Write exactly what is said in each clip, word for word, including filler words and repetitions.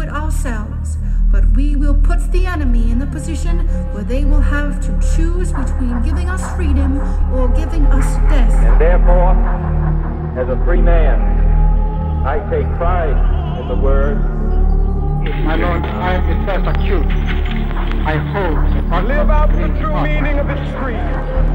it ourselves, but we will put the enemy in the position where they will have to choose between giving us freedom or giving us death. And therefore, as a free man, I take pride in the word. My Lord, I am the first accused. I hold that Live out the true meaning of its creed.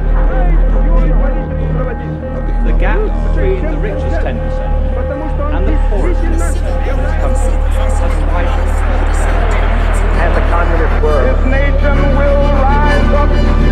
The gap between the richest ten percent and the poorest ten percent of this country has widened. And the communist world. This nation will rise up.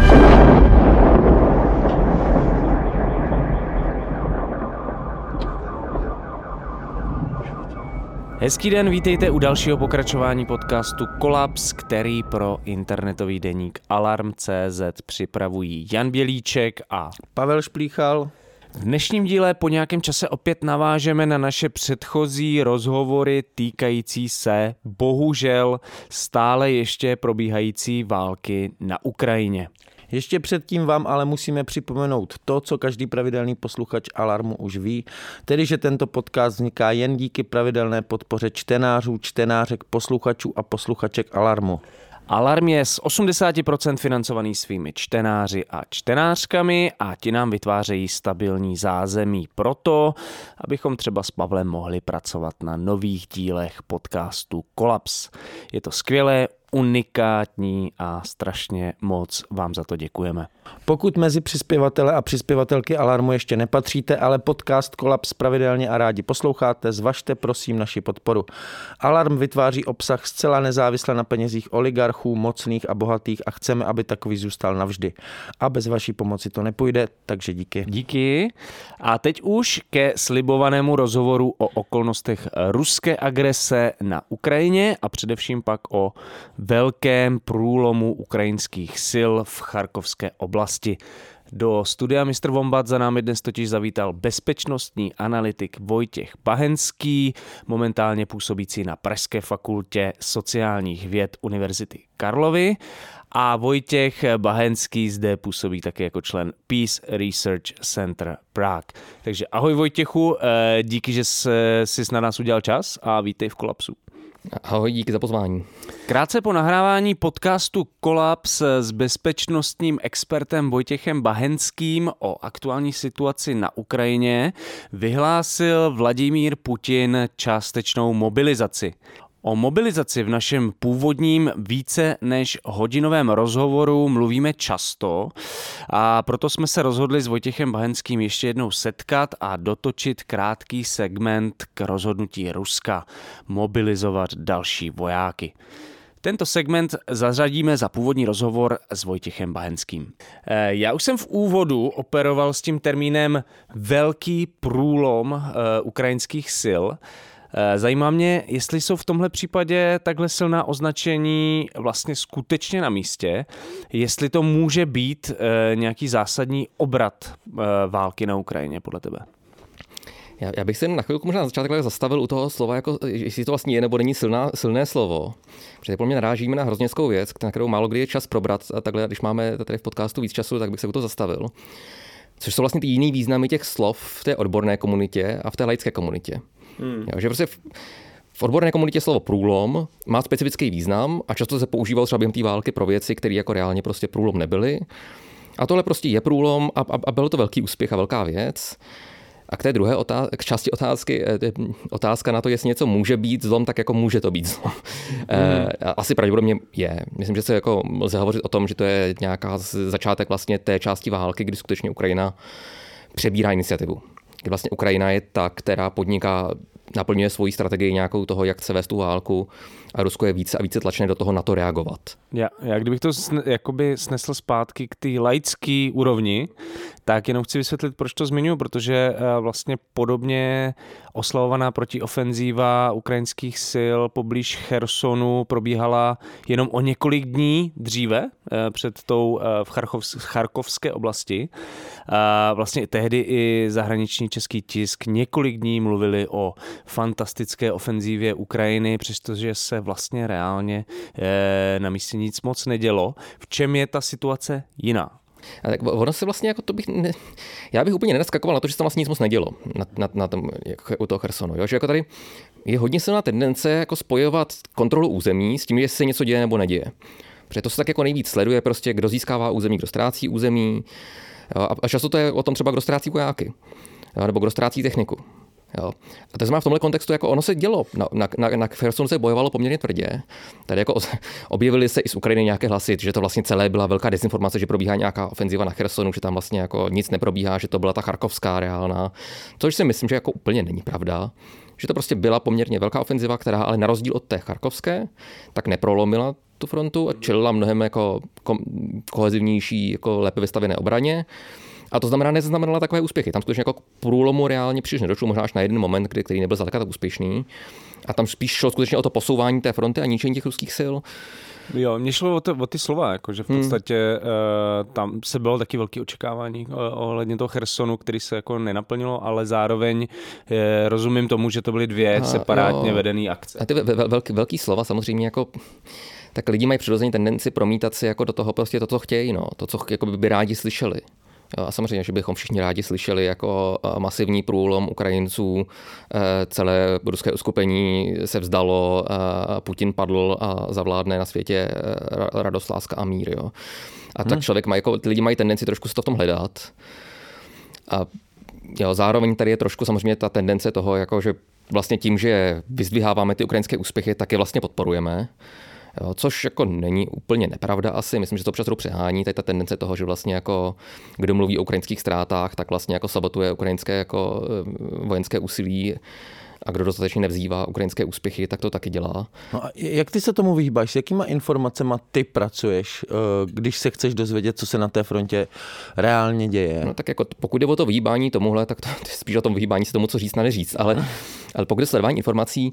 Hezký den, vítejte u dalšího pokračování podcastu Kolaps, který pro internetový deník Alarm tečka cé zet připravují Jan Bělíček a Pavel Šplíchal. V dnešním díle po nějakém čase opět navážeme na naše předchozí rozhovory týkající se bohužel stále ještě probíhající války na Ukrajině. Ještě předtím vám ale musíme připomenout to, co každý pravidelný posluchač Alarmu už ví, tedy že tento podcast vzniká jen díky pravidelné podpoře čtenářů, čtenářek, posluchačů a posluchaček Alarmu. Alarm je z osmdesát procent financovaný svými čtenáři a čtenářkami a ti nám vytvářejí stabilní zázemí pro to, abychom třeba s Pavlem mohli pracovat na nových dílech podcastu Kolaps. Je to skvělé, unikátní a strašně moc vám za to děkujeme. Pokud mezi přispěvatele a přispěvatelky Alarmu ještě nepatříte, ale podcast Kolaps pravidelně a rádi posloucháte, zvažte prosím naši podporu. Alarm vytváří obsah zcela nezávisle na penězích oligarchů, mocných a bohatých a chceme, aby takový zůstal navždy. A bez vaší pomoci to nepůjde, takže díky. Díky. A teď už ke slibovanému rozhovoru o okolnostech ruské agrese na Ukrajině a především pak o velkém průlomu ukrajinských sil v charkovské oblasti. Do studia mistr Vombat za námi dnes totiž zavítal bezpečnostní analytik Vojtěch Bahenský, momentálně působící na Pražské fakultě sociálních věd Univerzity Karlovy. A Vojtěch Bahenský zde působí také jako člen Peace Research Center Prague. Takže ahoj Vojtěchu, díky, že jsi na nás udělal čas a vítej v Kolapsu. Ahoj, díky za pozvání. Krátce po nahrávání podcastu Kolaps s bezpečnostním expertem Vojtěchem Bahenským o aktuální situaci na Ukrajině vyhlásil Vladimír Putin částečnou mobilizaci. O mobilizaci v našem původním více než hodinovém rozhovoru mluvíme často a proto jsme se rozhodli s Vojtěchem Bahenským ještě jednou setkat a dotočit krátký segment k rozhodnutí Ruska mobilizovat další vojáky. Tento segment zařadíme za původní rozhovor s Vojtěchem Bahenským. Já už jsem v úvodu operoval s tím termínem velký průlom ukrajinských sil. Zajímá mě, jestli jsou v tomhle případě takhle silná označení vlastně skutečně na místě, jestli to může být nějaký zásadní obrat války na Ukrajině podle tebe. Já, já bych se na chvilku možná na začátek zastavil u toho slova, jako, jestli to vlastně je nebo není silná, silné slovo. Protože podle mě narážíme na hrozněckou věc, na kterou málo kdy je čas probrat. A takhle, když máme tady v podcastu víc času, tak bych se u toho zastavil. Což jsou vlastně ty jiný významy těch slov v té odborné komunitě a v té laické komunitě. Hmm. Jo, že prostě v, v odborné komunitě slovo průlom má specifický význam a často se používalo třeba během té války pro věci, které jako reálně prostě průlom nebyly. A tohle prostě je průlom a, a, a byl to velký úspěch a velká věc. A k té druhé otáz- k části otázky, otázka na to, jestli něco může být zlom, tak jako může to být zlom. Hmm. Asi pravděpodobně je. Myslím, že se jako lze hovořit o tom, že to je nějaká začátek vlastně té části války, kdy skutečně Ukrajina přebírá iniciativu. Kdy vlastně Ukrajina je ta, která podniká, naplňuje svoji strategii nějakou toho, jak chce vést tu válku a Rusko je více a více tlačené do toho na to reagovat. Já, já kdybych to sn, jakoby snesl zpátky k té laické úrovni, tak jenom chci vysvětlit, proč to zmiňuji, protože vlastně podobně oslavovaná protiofenzíva ukrajinských sil poblíž Chersonu probíhala jenom o několik dní dříve před tou v charkovské oblasti. Vlastně tehdy i zahraniční český tisk několik dní mluvili o fantastické ofenzívě Ukrajiny, přestože se vlastně reálně na místě nic moc nedělo. V čem je ta situace jiná? A tak ono se vlastně jako to bych, ne, já bych úplně nenaskakoval na to, že se tam vlastně nic moc nedělo na, na, na tom, jako u toho Chersonu, jo? Že jako tady je hodně silná tendence jako spojovat kontrolu území s tím, jestli se něco děje nebo neděje. Protože to se tak jako nejvíc sleduje, prostě kdo získává území, kdo ztrácí území. Jo, a často to je o tom třeba, kdo ztrácí vojáky, jo, nebo kdo ztrácí techniku. Jo. A to znamená v tomhle kontextu, jako ono se dělo, na, na, na, na Chersonu se bojovalo poměrně tvrdě. Tady jako objevily se i z Ukrajiny nějaké hlasy, že to vlastně celé byla velká dezinformace, že probíhá nějaká ofenziva na Chersonu, že tam vlastně jako nic neprobíhá, že to byla ta charkovská reálná. Což si myslím, že jako úplně není pravda. Že to prostě byla poměrně velká ofenziva, která ale na rozdíl od té charkovské, tak neprolomila tu frontu a čelila mnohem jako kohezivnější, jako lépe vystavěné obraně. A to znamená, neznamenala takové úspěchy. Tam skutečně jako k průlomu reálně příliš nedošlo, možná až na jeden moment, kdy, který nebyl zdaleka tak úspěšný. A tam spíš šlo skutečně o to posouvání té fronty a ničení těch ruských sil. Jo, mně šlo o, to, o ty slova, jako, že v podstatě hmm. uh, tam se bylo taky velké očekávání ohledně toho Chersonu, který se jako nenaplnilo, ale zároveň je, rozumím tomu, že to byly dvě Aha, separátně jo. vedené akce. A ty velký, velký slova samozřejmě jako tak lidi mají přirozeně tendenci promítat si jako do toho prostě to, co chtějí, no, to, co jako by rádi slyšeli. Jo, a samozřejmě, že bychom všichni rádi slyšeli jako masivní průlom Ukrajinců, celé ruské uskupení se vzdalo, Putin padl a zavládne na světě radost, láska a mír. Jo. A tak hmm. člověk má, jako, ty lidi mají tendenci trošku se to v tom hledat. A jo, zároveň tady je trošku samozřejmě ta tendence toho, jako, že vlastně tím, že vyzdviháváme ty ukrajinské úspěchy, tak je vlastně podporujeme. Jo, což jako není úplně nepravda asi, myslím, že to občas přehání, tady ta tendence toho, že vlastně jako kdo mluví o ukrajinských ztrátách, tak vlastně jako sabotuje ukrajinské jako vojenské úsilí a kdo dostatečně nevzývá ukrajinské úspěchy, tak to taky dělá. No a jak ty se tomu vyhýbáš? S jakýma informacemi ty pracuješ, když se chceš dozvědět, co se na té frontě reálně děje? No tak jako pokud jde o to vyhýbání tomuhle, tak to spíš o tom vyhýbání se tomu, co říct, na neříct, ale, ale pokud je sledování informací,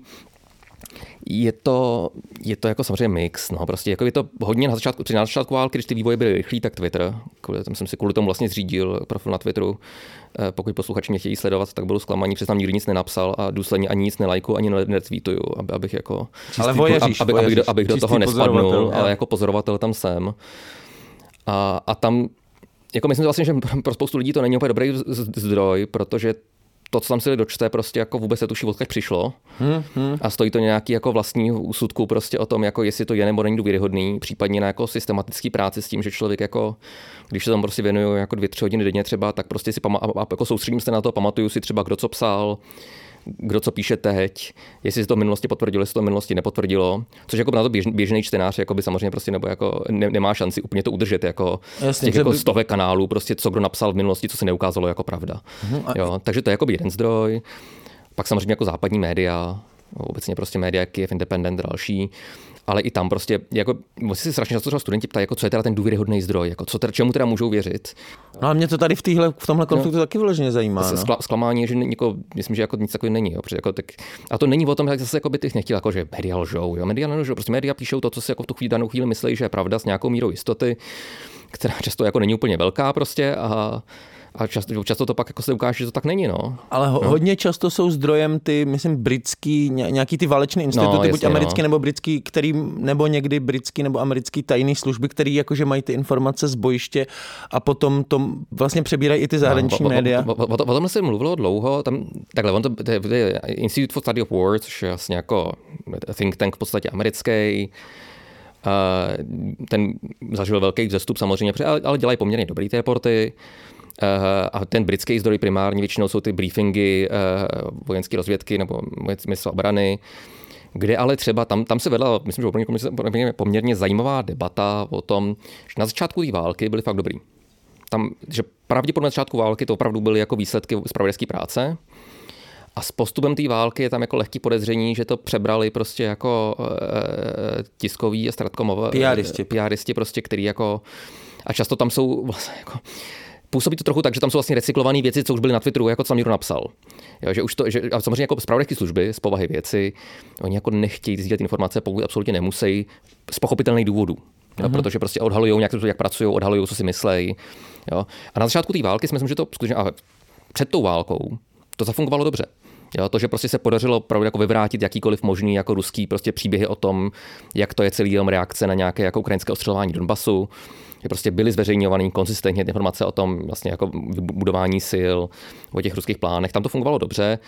Je to, je to jako samozřejmě mix, no, prostě jako je to hodně na začátku, při na začátku války, když ty vývoje byly rychlý, tak Twitter, kvůli, tam jsem si kvůli tomu vlastně zřídil profil na Twitteru, pokud posluchači mě chtějí sledovat, tak budu zklamaní, protože tam nikdo nic nenapsal a důsledně ani nic nelajkuju, ani netweetuju, aby, abych jako, ale vojeříš, aby, vojeříš, abych, do, abych do toho nespadnul, ale jako pozorovatel tam jsem. A, a tam, jako myslím vlastně, že pro spoustu lidí to není úplně dobrý zdroj, protože to, co tam si dočte, prostě jako vůbec se tuší, odkud přišlo. Hmm, hmm. A stojí to nějaký jako vlastní úsudku prostě o tom, jako jestli to je nebo není důvěryhodný, případně na jako systematický práci s tím, že člověk jako, když se tam prostě věnuju jako dvě, tři hodiny denně třeba, tak prostě si pamatuju, jako soustředím se na to, pamatuju si třeba, kdo co psal, kdo co píše teď, jestli se to v minulosti potvrdilo, jestli to v minulosti nepotvrdilo, což jako na to běžný, běžný čtenář jako by samozřejmě prostě nebo jako ne, nemá šanci úplně to udržet jako z těch jako stovek kanálů, prostě co kdo napsal v minulosti, co se neukázalo jako pravda. Mhm, a... Jo, takže to je jako jeden zdroj. Pak samozřejmě jako západní média, obecně prostě média, jak Kyiv Independent, další. Ale i tam prostě, jako, musí se strašně často studenti ptají, jako, co je teda ten důvěryhodný zdroj, jako, co teda, čemu teda můžou věřit. No a mě to tady v, týhle, v tomhle konfliktu no, taky vyloženě zajímá. No. Skla, zklamání je, že jako, myslím, že jako nic takového není. Jo, jako, tak, a to není o tom, jak zase jako by ty nechtěl, jako, že média lžou. Jo, média nelžou, prostě média píšou to, co si jako v tu chvíli, danou chvíli myslí, že je pravda s nějakou mírou jistoty, která často jako není úplně velká prostě a A často, často to pak jako se ukáže, že to tak není, no. Ale ho, no. hodně často jsou zdrojem ty, myslím, britský, nějaký ty válečné instituty, no, jasně, buď americký no. nebo britský, který, nebo někdy britský nebo americký tajný služby, který jakože mají ty informace z bojiště a potom to vlastně přebírají i ty zahraniční no, média. O, o, o, o tomhle se mluvilo dlouho, tam, takhle, on to, to je Institute for Study of War, což je vlastně jako think tank v podstatě americký. Ten zažil velký vzestup samozřejmě, ale, ale dělají poměrně dobrý ty reporty. A ten britský zdroj primárně většinou jsou ty briefingy vojenské rozvědky nebo ministerstva obrany, kde ale třeba tam, tam se vedla, myslím, že poměrně, poměrně zajímavá debata o tom, že na začátku té války byly fakt dobrý. Tam, že pravděpodobně na začátku války to opravdu byly jako výsledky zpravodajské práce. A s postupem té války je tam jako lehký podezření, že to přebrali prostě jako e, tiskový a stratkomové PRisti. PRisti prostě, který jako a často tam jsou vlastně jako působí to trochu tak, že tam jsou vlastně recyklované věci, co už byly na Twitteru, jako co tam někdo napsal. Jo, že už to, že, a samozřejmě jako zpravodajské služby z povahy věci, oni jako nechtějí sdílet informace, pokud absolutně nemusí, z pochopitelných důvodů. Jo, mm-hmm. Protože prostě odhalujou nějak, jak pracují, odhalují, co si myslejí. Jo. A na začátku té války si myslím, že to skutečně, a před tou válkou to zafungovalo dobře. Jo, to, že prostě se podařilo opravdu jako vyvrátit jakýkoliv možný jako ruský prostě příběhy o tom, jak to je celý jenom reakce na nějaké jako ukrajinské ostřelování Donbasu, že prostě byly zveřejňovány konzistentně informace o tom vlastně jako budování sil, o těch ruských plánech. Tam to fungovalo dobře.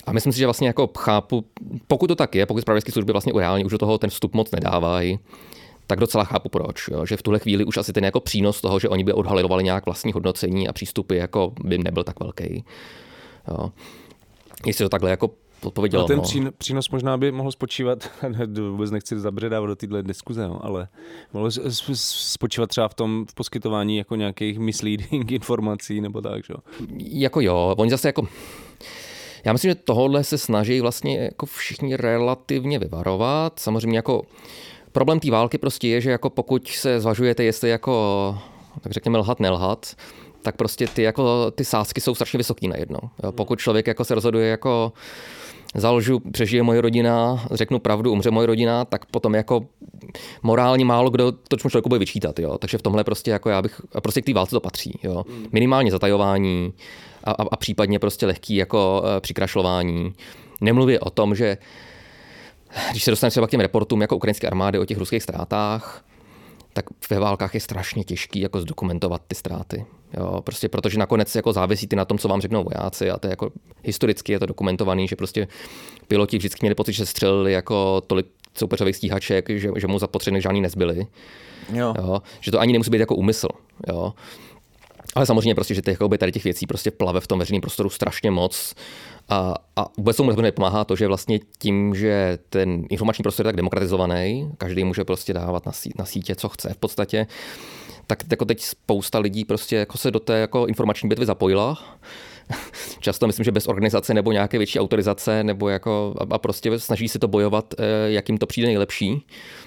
A myslím si, že vlastně jako chápu, pokud to tak je, pokud zpravodajské služby vlastně reálně už do toho ten vstup moc nedávají, tak docela chápu proč, jo? Že v tuhle chvíli už asi ten jako přínos toho, že oni by odhalovali nějak vlastní hodnocení a přístupy, jako by nebyl tak velký. Jo? Jestli to takhle jako odpovědělo. No ten no. přínos možná by mohl spočívat, vůbec nechci zabředávat do téhle diskuze, no, ale mohl spočívat třeba v tom v poskytování jako nějakých misleading informací nebo tak, že? Jako jo, oni zase jako... Já myslím, že tohle se snaží vlastně jako všichni relativně vyvarovat. Samozřejmě jako problém té války prostě je, že jako pokud se zvažujete, jestli jako, tak řekněme, lhat, nelhat, tak prostě ty, jako, ty sázky jsou strašně vysoký najednou. Jo, pokud člověk jako se rozhoduje jako zalžu, přežije moje rodina, řeknu pravdu, umře moje rodina, tak potom jako morálně málo kdo to člověku bude vyčítat. Jo. Takže v tomhle prostě jako já bych, a prostě k té válce to patří. Jo. Minimálně zatajování a, a, a případně prostě lehký jako e, přikrašlování. Nemluvě o tom, že když se dostaneme třeba k těm reportům jako ukrajinské armády o těch ruských ztrátách, tak ve válkách je strašně těžký jako zdokumentovat ty ztráty. Jo, prostě protože nakonec jako závisí ty na tom, co vám řeknou vojáci a to je jako historicky je to dokumentovaný, že prostě piloti vždycky měli pocit, že střelili jako tolik soupeřových stíhaček, že, že mu zapotřebných žádný nezbyli. Jo. Jo, že to ani nemusí být jako úmysl. Jo. Ale samozřejmě prostě, že těch, tady těch věcí prostě plave v tom veřejném prostoru strašně moc a, a vůbec tomu nepomáhá to, že vlastně tím, že ten informační prostor je tak demokratizovaný, každý může prostě dávat na, sí, na sítě, co chce v podstatě, tak jako teď spousta lidí prostě jako se do té jako informační bitvy zapojila. Často myslím, že bez organizace nebo nějaké větší autorizace nebo jako a, a prostě snaží se to bojovat, jak jim to přijde nejlepší.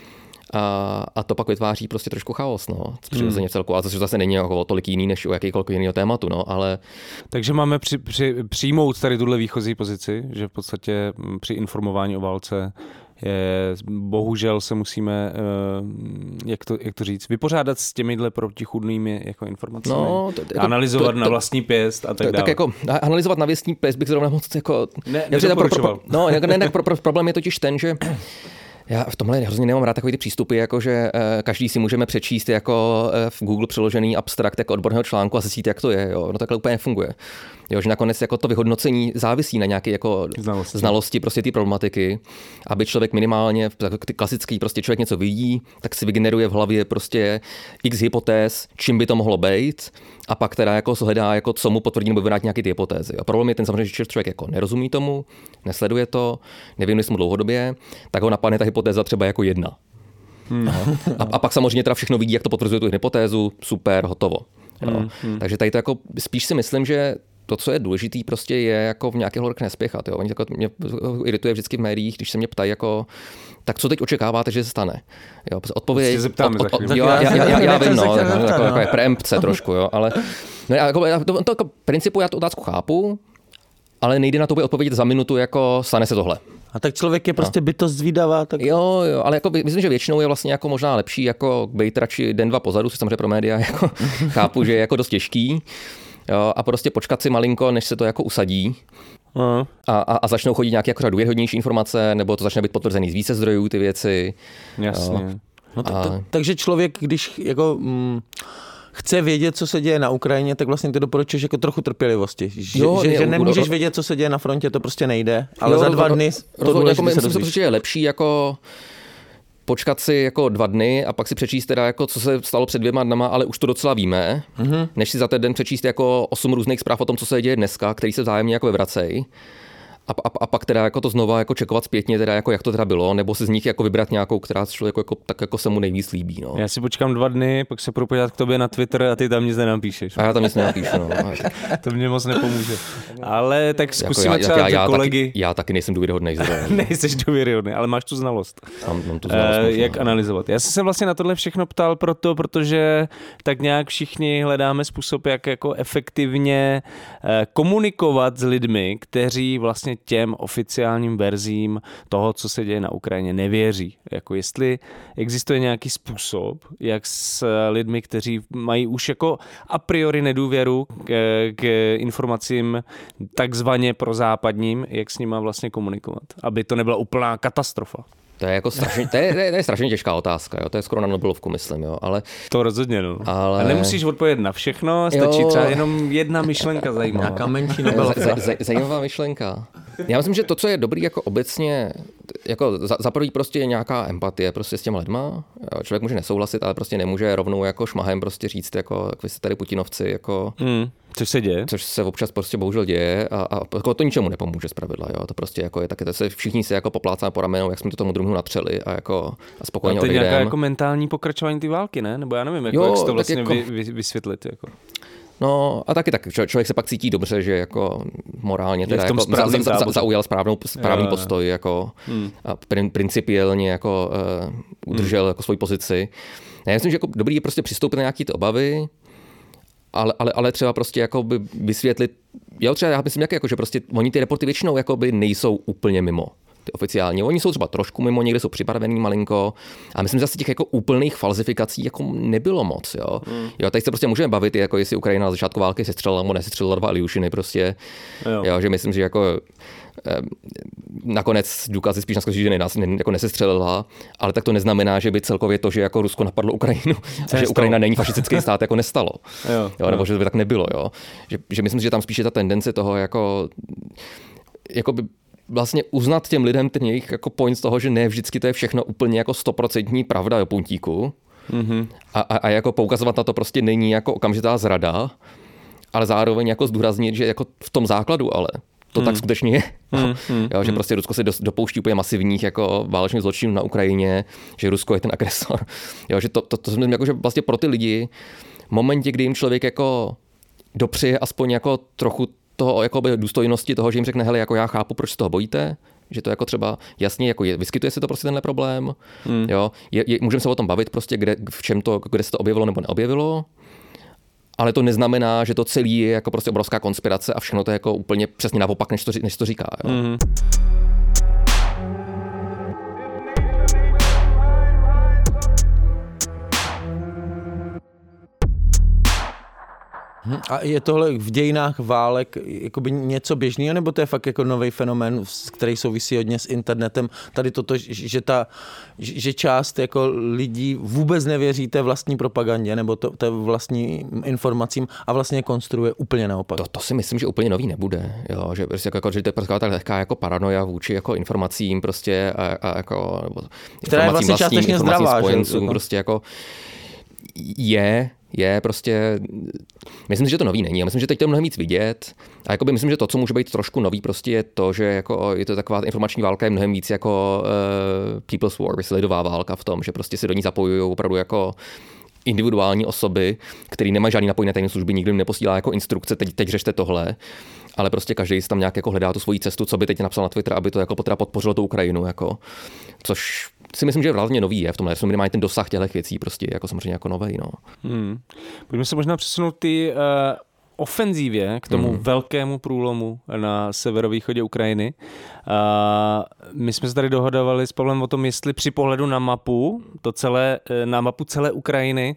A, a to pak vytváří prostě trošku chaos, no, přirozeně v celku. A to zase není jako tolik jiný, než u jakýkoliv jiného tématu, no, ale... Takže máme při, při, přijmout tady tuhle výchozí pozici, že v podstatě při informování o válce je, bohužel se musíme, jak to, jak to říct, vypořádat s těmihle protichůdnými jako informacemi, no, to, jako, analyzovat to, to, na vlastní pěst a tak to, dále. Tak jako analyzovat na vlastní pěst bych zrovna moc jako... Ne, nedoporučoval. Pro, pro, no, ne, ne, pro, pro, problém je totiž ten, že já v tomhle hrozně nemám rád takový ty přístupy, jako že eh, každý si můžeme přečíst jako eh, v Google přiložený abstrakt jako odborného článku a zjistit, jak to je. Jo. No takhle úplně nefunguje. Jo, že nakonec jako to vyhodnocení závisí na nějaké jako znalosti, znalosti prostě ty problematiky, aby člověk minimálně, ty klasický prostě člověk něco vidí, tak si vygeneruje v hlavě prostě x hypotéz, čím by to mohlo být, a pak teda jako hledá, jako co mu potvrdí nebo vyvrátit nějaké ty hypotézy. A problém je ten samozřejmě, že člověk jako nerozumí tomu, nesleduje to, nevěnuje se mu dlouhodobě, tak ho napadne ta hypotéza třeba jako jedna. Hmm. A, a pak samozřejmě teda všechno vidí, jak to potvrzuje tu hypotézu, super, hotovo. Hmm. Hmm. Takže tady to jako spíš si myslím, že to, co je důležitý, prostě je jako v nějakých hledech nespěchat. Jo. Oni jako mě irituje vždycky v médiích, když se mě ptají, jako, tak co teď očekáváte, že se stane? Jo, odpověď, od, od, od, jo, já, já, já, já vím, no, jako, jako, jako je preempce trošku, jo, ale no, jako, to, to jako principu já tu otázku chápu, ale nejde na to odpovědět za minutu, jako stane se tohle. A tak člověk je prostě no. bytost zvídavá. Tak... Jo, jo, ale jako myslím, že většinou je vlastně jako možná lepší jako být radši den, dva pozadu, si samozřejmě pro média jako chápu, že je jako dost těžký. Jo, a prostě počkat si malinko, než se to jako usadí. Uh. A, a, a začnou chodit nějaké jako důvěryhodnější informace, nebo to začne být potvrzený z více zdrojů ty věci. Jasně. No, tak, a... Takže člověk, když jako... Mm, chce vědět, co se děje na Ukrajině, tak vlastně ty doporučuješ jako trochu trpělivosti. Že, jo, že, ne, že nemůžeš vědět, co se děje na frontě, to prostě nejde, ale jo, za dva dny to rozhodně, důležitě jako, se dozvíš. Myslím, že je lepší jako počkat si jako dva dny a pak si přečíst teda jako, co se stalo před dvěma dnama, ale už to docela víme, mm-hmm. než si za ten den přečíst jako osm různých zpráv o tom, co se děje dneska, který se vzájemně jako vyvracejí. A, a, a pak teda jako to znova jako čekovat zpětně, teda jako jak to teda bylo, nebo si z nich jako vybrat nějakou, která člověku jako, tak jako se mu nejvíc líbí. No. Já si počkám dva dny, pak se půjdu podívat k tobě na Twitter a ty tam nic nenapíšeš. A já tam nic nenapíšu. No. To mě moc nepomůže. Ale tak zkusíme jako já, třeba já, já, kolegy. Taky, já taky nejsem důvěryhodný. Nejseš důvěryhodný, ale máš tu znalost. Mám, mám tu znalost uh, jak analyzovat. Já jsem se vlastně na tohle všechno ptal proto, protože tak nějak všichni hledáme způsob, jak jako efektivně uh, komunikovat s lidmi, kteří vlastně těm oficiálním verzím toho, co se děje na Ukrajině, nevěří. Jako jestli existuje nějaký způsob, jak s lidmi, kteří mají už jako a priori nedůvěru k, k informacím takzvaně prozápadním, jak s nima vlastně komunikovat, aby to nebyla úplná katastrofa. To je jako strašně, to je, to je, to je strašně těžká otázka, jo? To je skoro na Nobelovku, myslím, jo, ale... To rozhodně, no. Ale... A nemusíš odpovědět na všechno, stačí jo. třeba jenom jedna myšlenka zajímavá. Nějaká menší Nobelovka. Z, z, zajímavá myšlenka. Já myslím, že to, co je dobrý jako obecně, jako za, za prvý prostě je nějaká empatie prostě s těma lidma. Jo? Člověk může nesouhlasit, ale prostě nemůže rovnou jako šmahem prostě říct, jako, jak vy jste tady Putinovci, jako... Mm. Což se děje. Což se občas prostě bohužel děje a, a jako to ničemu nepomůže zpravidla, jo. To prostě jako je taky, to se všichni se jako poplácáme po ramenou, jak jsme to tomu druhému natřeli a jako a spokojeně odejdeme. To je nějaká jako mentální pokračování té války, ne? Nebo já nevím, jako, jo, jak to vlastně jako... vy, vy, vysvětlit, jako. No a taky tak, člověk se pak cítí dobře, že jako morálně teda jako za, za, za, zaujal správnou, správný jo, postoj jako hmm. a prin, principiálně jako uh, udržel hmm. jako svoji pozici. Já myslím, že jako dobrý je prostě přistoupit na nějaké ty obavy, Ale, ale, ale třeba prostě jakoby vysvětlit, jo třeba já myslím, jak jako, že prostě oni ty reporty většinou jakoby nejsou úplně mimo, ty oficiálně. Oni jsou třeba trošku mimo, někde jsou připravený malinko a myslím, že asi těch jako úplných falzifikací jako nebylo moc, jo. Mm. Jo, tady se prostě můžeme bavit, jako jestli Ukrajina na začátku války sestřelila nebo nesestřelila dva Iljušiny prostě, jo. Jo, že myslím, že jako nakonec důkazy spíš naskočí, že nás jako nesestřelila, ale tak to neznamená, že by celkově to, že jako Rusko napadlo Ukrajinu, a že Ukrajina není fašistický stát, jako nestalo. Jo, jo, nebo jo. že to by tak nebylo. Jo. Že, že myslím, že tam spíš je ta tendence toho jako, jako by vlastně uznat těm lidem ten jejich jako point z toho, že ne vždycky to je všechno úplně jako stoprocentní pravda do puntíku. Mm-hmm. A, a, a jako poukazovat na to prostě není jako okamžitá zrada, ale zároveň jako zdůraznit, že jako v tom základu ale to hmm. tak skutečně je. Hmm. Hmm. Jo, že prostě Rusko se dopouští úplně masivních jako válečných zločinů na Ukrajině, že Rusko je ten agresor. Jo, že to, to, to znamená, jako, že vlastně pro ty lidi v momentě, kdy jim člověk jako dopřeje aspoň jako trochu toho jako důstojnosti toho, že jim řekne, hele, jako já chápu, proč se toho bojíte, že to jako třeba jasně, jako je, vyskytuje se to prostě tenhle problém, hmm. jo, je, je, můžeme se o tom bavit prostě, kde, v čem to, kde se to objevilo nebo neobjevilo, ale to neznamená, že to celý je jako prostě obrovská konspirace a všechno to je jako úplně přesně naopak, než to, než to říká. Jo. Mm-hmm. A je tohle v dějinách válek jakoby něco běžného, nebo to je fakt jako nový fenomén, který souvisí hodně s internetem? Tady toto, že, ta, že část jako lidí vůbec nevěří té vlastní propagandě nebo to, té vlastní informacím a vlastně konstruuje úplně naopak. To, to si myslím, že úplně nový nebude. Jo? Že, prostě jako, že to je prostě tak lehká jako paranoja vůči jako informacím prostě a, a jako nebo která je vlastně částečně zdravá. Spojencům, prostě jako je je prostě, myslím si, že to nový není. Já myslím, že teď to je mnohem víc vidět. A jakoby myslím, že to, co může být trošku nový, prostě je to, že jako je to taková informační válka je mnohem víc jako uh, people's war, lidová válka v tom, že prostě se do ní zapojují opravdu jako individuální osoby, který nemají žádný napojení na tajné služby, nikdo jim neposílá jako instrukce, teď, teď řešte tohle, ale prostě každý si tam nějak jako hledá tu svoji cestu, co by teď napsal na Twitter, aby to jako teda podpořilo tu Ukrajinu, jako, což si myslím, že je relativně nový je v tomhle, že mají ten dosah těchto věcí prostě jako samozřejmě jako novej, no. Hmm. Pojďme se možná přesunout ty uh, ofenzívě k tomu hmm. velkému průlomu na severovýchodě Ukrajiny. Uh, my jsme se tady dohodovali s Pavlem o tom, jestli při pohledu na mapu, to celé, na mapu celé Ukrajiny,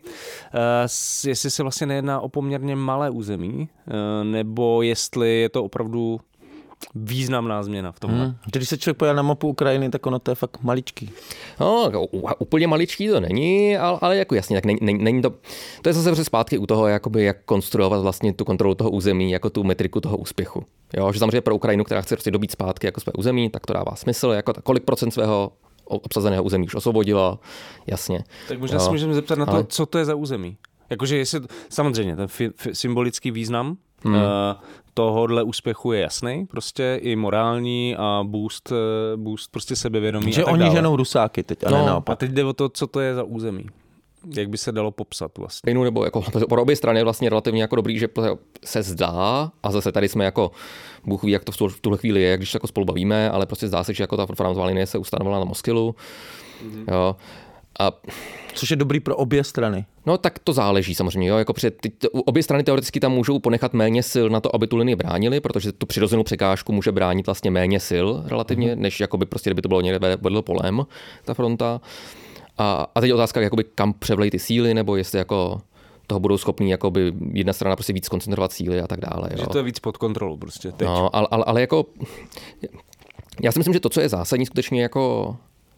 uh, jestli se vlastně nejedná o poměrně malé území, uh, nebo jestli je to opravdu významná změna v tomhle. Hmm. Když se člověk podívá na mapu Ukrajiny, tak ono to je fakt maličký. No, úplně maličký to není, ale, ale jako jasně, tak není, není, není to, to je zase zpátky u toho, jakoby, jak konstruovat vlastně tu kontrolu toho území, jako tu metriku toho úspěchu. Jo, že samozřejmě pro Ukrajinu, která chce prostě dobít zpátky jako své území, tak to dává smysl, jako ta, kolik procent svého obsazeného území už osvobodila, jasně. Tak možná jo. se můžeme zeptat na to, ale... co to je za území. Jakože jestli, samozřejmě, ten fi, fi, symbolický význam hmm. uh, tohohle úspěchu je jasný, prostě i morální a boost, boost prostě sebevědomí. Že a tak oni dále. ženou Rusáky teď, a no, ne naopak. A teď jde o to, co to je za území. Jak by se dalo popsat vlastně. Nebo jako pro obě strany je vlastně relativně jako dobrý, že se zdá, a zase tady jsme jako, Bůh ví, jak to v tuhle chvíli je, když se jako spolu bavíme, ale prostě zdá se, že jako ta frontová linie se ustanovila na Moskilu. Mm-hmm. Jo. A což je dobrý pro obě strany. No tak to záleží samozřejmě. Jo? Jako před, ty, obě strany teoreticky tam můžou ponechat méně sil na to, aby tu linii bránili, protože tu přirozenou překážku může bránit vlastně méně sil relativně, mm-hmm. než jakoby prostě, kdyby to bylo někde vedle polem, ta fronta. A, a teď je otázka, jakoby, kam převlejí ty síly, nebo jestli jako toho budou schopní jakoby jedna strana prostě víc koncentrovat síly a tak dále. Jo? Že to je víc pod kontrolou prostě teď. No, ale, ale, ale jako já si myslím, že to, co je zásadní skutečně jako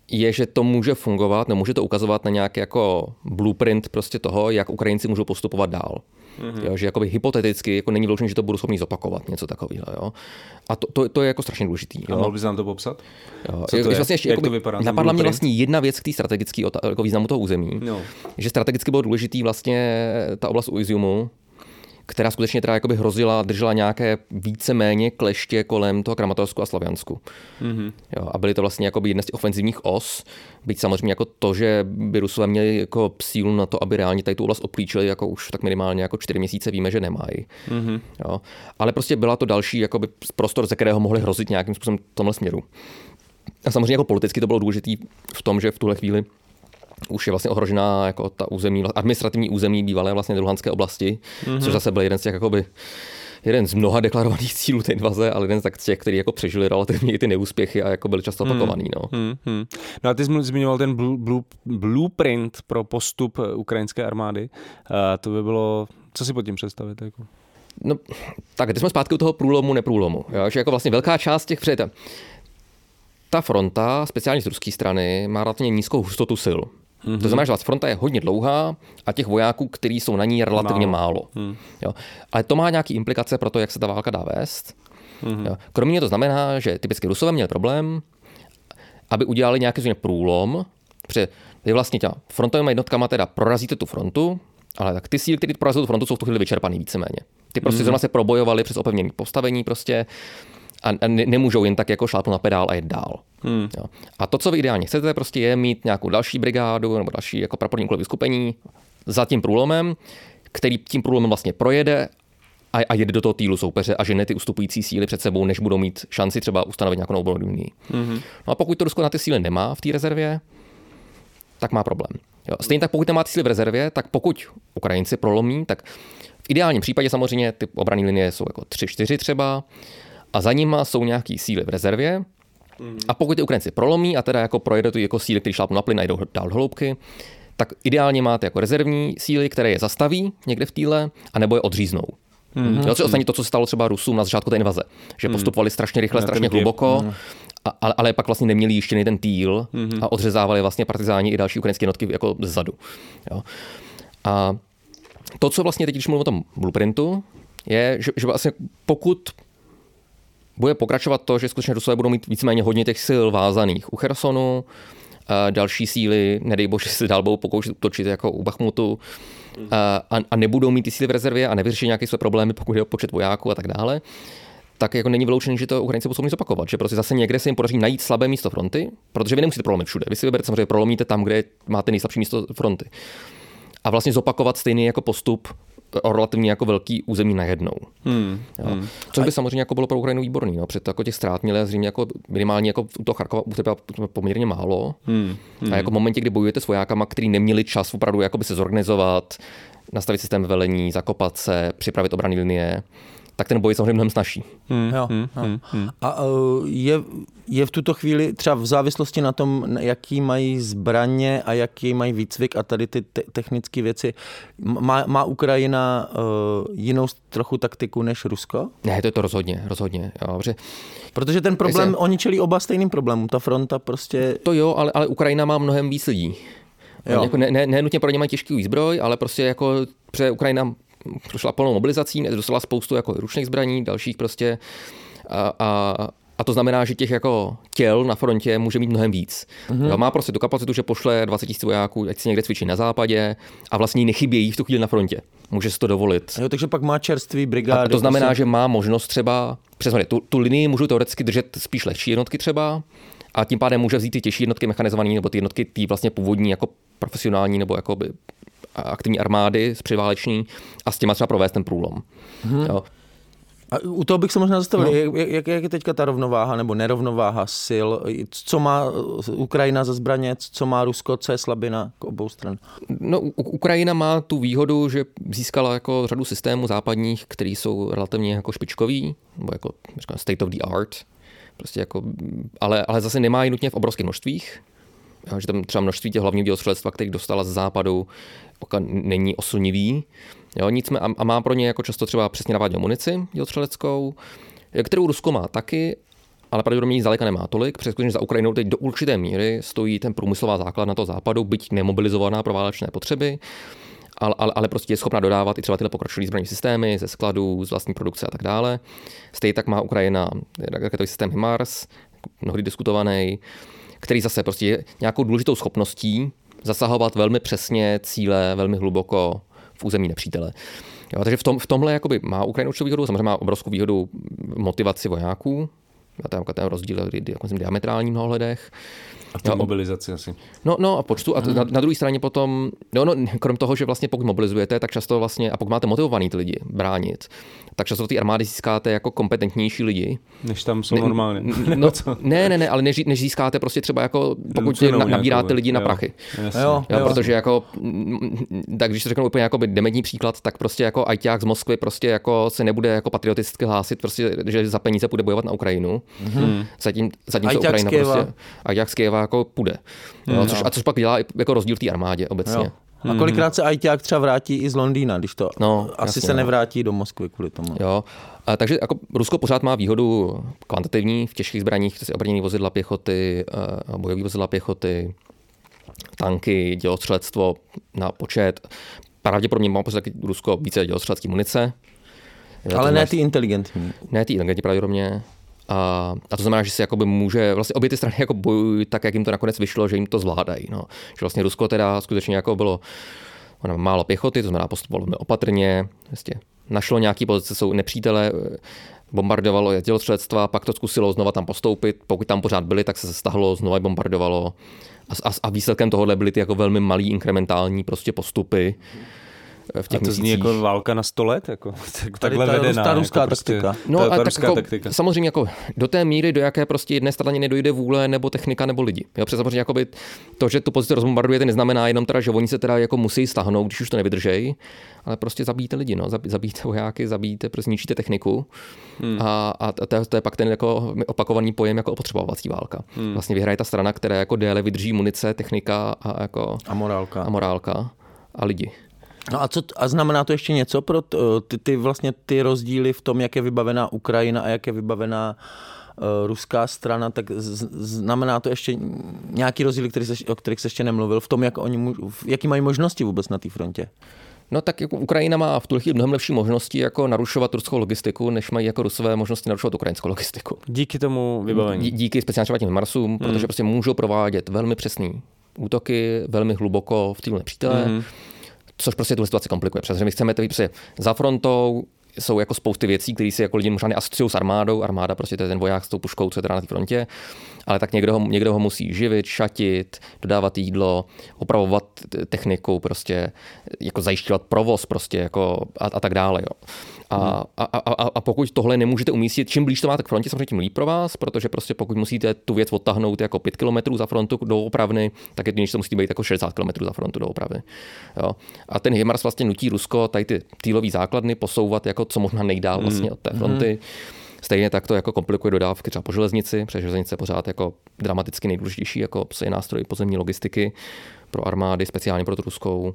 je, že to může fungovat, no může to ukazovat na nějaký jako blueprint prostě toho, jak Ukrajinci můžou postupovat dál. Mm-hmm. Jo, že jakoby hypoteticky jako není vyloučené, že to budou schopni zopakovat, něco takového. Jo. A to, to, to je jako strašně důležitý. Jo. A mohl bys nám to popsat? Jo. Co to je? Vlastně ještě, jak jakoby, to vypadá? Napadla mě vlastně jedna věc k té strategické jako významu toho území. No. Že strategicky bylo důležitý vlastně ta oblast u Iziumu, která skutečně teda jakoby hrozila, držela nějaké víceméně kleště kolem toho Kramatorsku a Slaviansku. Mm-hmm. Jo, a byly to vlastně jakoby jedna z těch ofenzivních os, byť samozřejmě jako to, že by Rusové měli jako sílu na to, aby reálně tady tu oblast oplíčili, jako už tak minimálně jako čtyři měsíce víme, že nemají. Mm-hmm. Jo, ale prostě byla to další jakoby prostor, ze kterého mohli hrozit nějakým způsobem v tomhle směru. A samozřejmě jako politicky to bylo důležité v tom, že v tuhle chvíli už je vlastně ohrožená jako ta území, administrativní území bývalé vlastně Luhanské oblasti, mm-hmm. což zase byl jeden z těch jakoby, jeden z mnoha deklarovaných cílů té invaze, ale jeden z těch, kteří jako přežili relativně i ty neúspěchy a jako byli často opakovaný. No. Mm-hmm. No a ty jsi zmiňoval ten blue, blue, blueprint pro postup ukrajinské armády. Uh, to by bylo, co si pod tím představit? Jako? No, tak teď jsme zpátky u toho průlomu, neprůlomu. Jo? Že jako vlastně velká část těch před ta fronta, speciálně z ruské strany, má relativně nízkou hustotu sil. Mm-hmm. To znamená, že fronta je hodně dlouhá a těch vojáků, kteří jsou na ní, je relativně málo. málo. Mm. Jo. Ale to má nějaké implikace pro to, jak se ta válka dá vést. Mm-hmm. Jo. Kromě toho to znamená, že typicky Rusové měli problém, aby udělali nějaký průlom, protože vy vlastně těma frontovými jednotkama teda prorazíte tu frontu, ale tak ty síly, které prorazí tu frontu, jsou v tu chvíli vyčerpaný víceméně. Ty prostě mm-hmm. zrovna se probojovali přes opevněné postavení prostě, a ne, nemůžou jen tak jako šlápnout na pedál a jet dál. Hmm. Jo. A to, co vy ideálně chcete, prostě je mít nějakou další brigádu nebo další jako praporní úkolové skupení za tím průlomem, který tím průlomem vlastně projede a, a jede do toho týlu soupeře a žene ty ustupující síly před sebou, než budou mít šanci třeba ustanovit nějakou novou linii. Hmm. No a pokud to Rusko na ty síly nemá v té rezervě, tak má problém. Jo. Stejně tak, pokud nemá ty síly v rezervě, tak pokud Ukrajinci prolomí, tak v ideálním případě samozřejmě ty obranné linie jsou jako tři čtyři třeba, a za nima jsou nějaký síly v rezervě. Mm. A pokud ty Ukrajinci prolomí a teda jako projede tu jako síly, které šlápnou na plyn a jdou dál do hloubky, tak ideálně máte jako rezervní síly, které je zastaví někde v týle, anebo je odříznou. Mm. Jo, což ostatně to, co se stalo třeba Rusům na začátku té invaze. Že postupovali strašně rychle, na strašně hluboko, mm. a, ale, ale pak vlastně neměli ještě ten týl mm. a odřezávali vlastně partizáni i další ukrajinské jednotky jako zezadu. Jo. A to, co vlastně teď, když mluvím o tom blueprintu, je, že, že vlastně pokud bude pokračovat to, že skutečně Rusové budou mít víceméně hodně těch sil vázaných u Chersonu, další síly, nedej bože, se dál budou pokoušet útočit jako u Bachmutu a, a nebudou mít ty síly v rezervě a nevyřeší nějaké své problémy, pokud je o počet vojáků a tak dále, tak jako není vyloučené, že to Ukrajinci budou schopni zopakovat, že prostě zase někde se jim podaří najít slabé místo fronty, protože vy nemusíte prolomit všude. Vy si vyberete samozřejmě prolomíte tam, kde máte nejslabší místo fronty. A vlastně zopakovat stejný jako postup o relativně jako velký území najednou. Hmm. Hmm. Což by samozřejmě jako bylo pro Ukrajinu výborný. No. Před jako těch ztrát měli zřejmě jako minimálně jako u toho Charkova třeba poměrně málo. Hmm. Hmm. A jako v momentě, kdy bojujete s vojákama, kteří neměli čas opravdu jako by se zorganizovat, nastavit systém velení, zakopat se, připravit obranné linie, tak ten boj je samozřejmě mnohem snazší. Hmm. Jo. Hmm. Hmm. Hmm. A uh, je, je v tuto chvíli třeba v závislosti na tom, jaký mají zbraně a jaký mají výcvik a tady ty te- technické věci, má, má Ukrajina uh, jinou trochu taktiku než Rusko? Ne, to je to rozhodně, rozhodně. Jo, dobře. Protože ten problém, Jestli... oni čelí oba stejným problémům, ta fronta prostě... To jo, ale, ale Ukrajina má mnohem víc lidí. Jako ne, ne, ne nutně pro ně mají těžký výzbroj, ale prostě jako pře Ukrajina prošla plnou mobilizací, dostala spoustu jako ručních zbraní, dalších prostě a, a, a to znamená, že těch jako těl na frontě může mít mnohem víc. Mm-hmm. Má prostě tu kapacitu, že pošle dvacet tisíc vojáků, ať si někde cvičí na západě a vlastně nechybějí v tu chvíli na frontě. Může si to dovolit. Jo, takže pak má čerstvý brigády. A to znamená, prostě... že má možnost třeba, přesně, tu, tu linii můžou teoreticky držet spíš lehčí jednotky třeba, a tím pádem může vzít ty těžší jednotky mechanizované nebo ty jednotky ty vlastně původní jako profesionální nebo jako by aktivní armády předváleční a s těma třeba provést ten průlom. Hmm. Jo. A u toho bych se možná zastavil. No. Jak, jak, jak je teďka ta rovnováha nebo nerovnováha sil? Co má Ukrajina za zbraně, co má Rusko, co je slabina k obou stran? No, Ukrajina má tu výhodu, že získala jako řadu systémů západních, které jsou relativně jako špičkový, nebo jako state of the art. Prostě jako, ale, ale zase nemá ji nutně v obrovských množstvích. Že tam třeba množství těch hlavních dělostřelectva, který dostala z západu, není oslnivý. Jo, nicméně a má pro ně jako často třeba přesně naváděnou munici dělostřeleckou, kterou Rusko má taky, ale pravděpodobně zdaleka nemá tolik, protože za Ukrajinou teď do určité míry stojí ten průmyslová základ na to západu, byť nemobilizovaná pro válečné potřeby, ale, ale, ale prostě je schopna dodávat i třeba tyhle pokročilé zbrojní systémy ze skladů, z vlastní produkce a tak dále. Stejně tak má Ukrajina raketový systém HIMARS, mnohdy diskutovaný, který zase prostě je nějakou důležitou schopností zasahovat velmi přesně cíle, velmi hluboko v území nepřítele. Jo, takže v, tom, v tomhle jakoby má Ukrajina určitou výhodu, samozřejmě má obrovskou výhodu motivaci vojáků, a tam ten rozdíl je jako diametrální v mnoha ohledech. A tu mobilizaci asi. No, no a počtu. A to, na, na druhé straně potom, no, no, krom toho, že vlastně pokud mobilizujete, tak často vlastně, a pokud máte motivovaný ty lidi bránit, tak často ty armády získáte jako kompetentnější lidi. Než tam jsou ne, normálně. No, ne, ne, ne, ale než, než získáte prostě třeba jako, pokud na, nabíráte lidi na prachy. Jo, jo, jo, protože jako, tak když to řeknu úplně jako dementní příklad, tak prostě jako ajťák z Moskvy prostě jako se nebude jako patrioticky hlásit, prostě, že za peníze půjde bojovat na Ukrajinu. Mm-hmm. Zatím, zatím co Ukrajina prostě, ajťák z Kyjeva jako půjde. Jo, mm, což, a což pak dělá jako rozdíl v té armádě obecně. Jo. A kolikrát se ajťák třeba vrátí i z Londýna, když to no, asi jasně, se nevrátí do Moskvy kvůli tomu. Jo. A takže jako Rusko pořád má výhodu kvantitativní v těžkých zbraních, to obrněné vozidla pěchoty, bojové vozidla pěchoty, tanky, dělostřelectvo na počet. Pravděpodobně má prostě Rusko více dělostřelecké munice. Ale ne ty inteligentní. Ne ty inteligentní pravděpodobně. A, a to znamená, že si jakoby může, vlastně obě ty strany jako bojují tak, jak jim to nakonec vyšlo, že jim to zvládají. No. Že vlastně Rusko teda skutečně jako bylo málo pěchoty, to znamená postupovalo opatrně, vlastně našlo nějaký pozice, jsou nepřítele, bombardovalo dělostřelectva, pak to zkusilo znova tam postoupit, pokud tam pořád byli, tak se stahlo, znova bombardovalo a, a, a výsledkem tohohle byly ty jako velmi malý inkrementální prostě postupy. V těch a to zní jako válka na sto let? Jako, tak, takhle ta, vedená. Ta ruská jako taktika. Prostě, no ta, ta a ruská tak jako, taktika. Samozřejmě jako do té míry, do jaké prostě jedné straně nedojde vůle, nebo technika, nebo lidi. Jo, protože samozřejmě jakoby to, že tu pozici rozbombardujete, neznamená jenom teda, že oni se teda jako musí stáhnout, když už to nevydržejí, ale prostě zabijete lidi, no, zabijete vojáky, zabijete, prostě zničíte techniku. Hmm. A, a to, to je pak ten jako opakovaný pojem jako opotřebovací válka. Hmm. Vlastně vyhraje ta strana, která jako déle vydrží munice, technika a jako a morálka. A morálka a lidi. No a co a znamená to ještě něco pro ty, ty vlastně ty rozdíly v tom, jak je vybavená Ukrajina a jak je vybavená uh, ruská strana, tak z, znamená to ještě nějaký rozdíly, který se, o kterých se ještě nemluvil, v tom, jak oni, jaký mají možnosti vůbec na té frontě? No tak jako Ukrajina má v tuhle chvíli mnohem lepší možnosti jako narušovat ruskou logistiku, než mají jako Rusové možnosti narušovat ukrajinskou logistiku. Díky tomu vybavení. Dí, díky speciálně třeba těm Marsům, mm. protože prostě můžou provádět velmi přesný útoky, velmi hluboko v týmu nepřítele. Mm. Což prostě tu situaci komplikuje. Protože my chceme být prostě za frontou, jsou jako spousty věcí, které si jako lidi možná neasociují s armádou. Armáda prostě to je ten voják s tou puškou, co je teda na té frontě. Ale tak někdo ho, někdo ho musí živit, šatit, dodávat jídlo, opravovat techniku, prostě jako zajišťovat provoz prostě jako a, a tak dále. Jo. A, hmm. a, a, a pokud tohle nemůžete umístit, čím blíž to máte k frontě, samozřejmě tím líp pro vás, protože prostě pokud musíte tu věc odtáhnout jako pět kilometrů za frontu do opravny, tak je to, než to musí být jako šedesát kilometrů za frontu do opravy. Jo. A ten HIMARS vlastně nutí Rusko tady ty týlové základny posouvat jako co možná nejdál vlastně od té fronty. Hmm. Stejně tak to jako komplikuje dodávky třeba po železnici, protože železnice je pořád jako dramaticky nejdůležitější jako je nástroj pozemní logistiky pro armády, speciálně pro tu ruskou.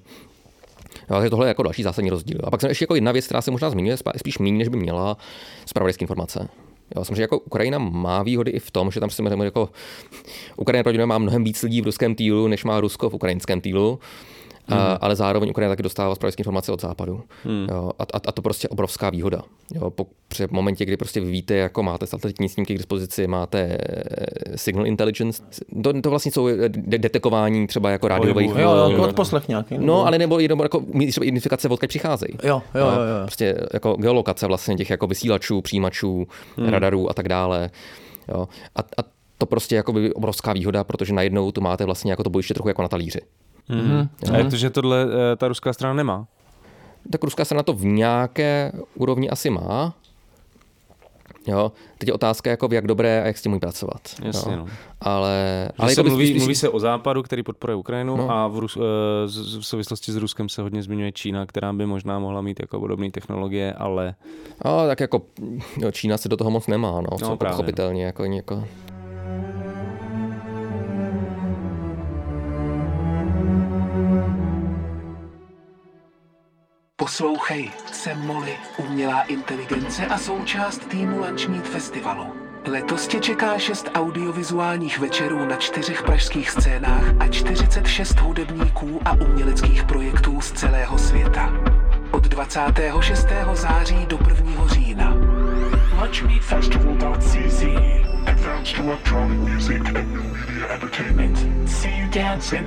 Jo, takže tohle je jako další zásadní rozdíl. A pak jsem ještě jako jedna věc, která se možná zmiňuje, spíš méně, než by měla, zpravodajské informace. Jo, samozřejmě jako Ukrajina má výhody i v tom, že tam si můžeme jako Ukrajina pravděpodobně má mnohem víc lidí v ruském týlu, než má Rusko v ukrajinském týlu. Hmm. A, ale zároveň Ukrajina taky dostává zpravodajské informace od západu. Hmm. Jo, a, a, a to prostě obrovská výhoda. Jo, po, při momentě, kdy prostě vy víte, jako máte satelitní snímky k dispozici, máte signal intelligence, to, to vlastně jsou de- detekování třeba jako rádiových. Jo, jo, jako odposlech nějaký. No, no, ale nebo jenom jako třeba identifikace, odkud přicházejí. Jo, jo, jo, jo. Prostě jako geolokace vlastně těch jako vysílačů, přijímačů, hmm. radarů a tak dále. Jo. A, a to prostě jako by obrovská výhoda, protože najednou tu máte vlastně jako to bojiště trochu jako na talíři. Mm-hmm. A jak to, že tohle ta ruská strana nemá? Tak ruská strana to v nějaké úrovni asi má. Jo. Teď je otázka, jako jak dobré a jak s tím může pracovat. Jasně, jo. no. Ale, ale se mluví, spíš, mluví se o západu, který podporuje Ukrajinu, no. a v, Rus, v souvislosti s Ruskem se hodně zmiňuje Čína, která by možná mohla mít jako podobné technologie, ale... No, tak jako jo, Čína se do toho moc nemá, no, no pochopitelně. Jako, jako... Poslouchej, jsem Molly, umělá inteligence a součást týmu Lunch Meet Festivalu. Letos tě čeká šest audiovizuálních večerů na čtyřech pražských scénách a čtyřicet šest hudebníků a uměleckých projektů z celého světa. Od dvacátého šestého září do prvního října. watch me festival dot c z Advanced Electronic Music and New Media Entertainment. See you dancing.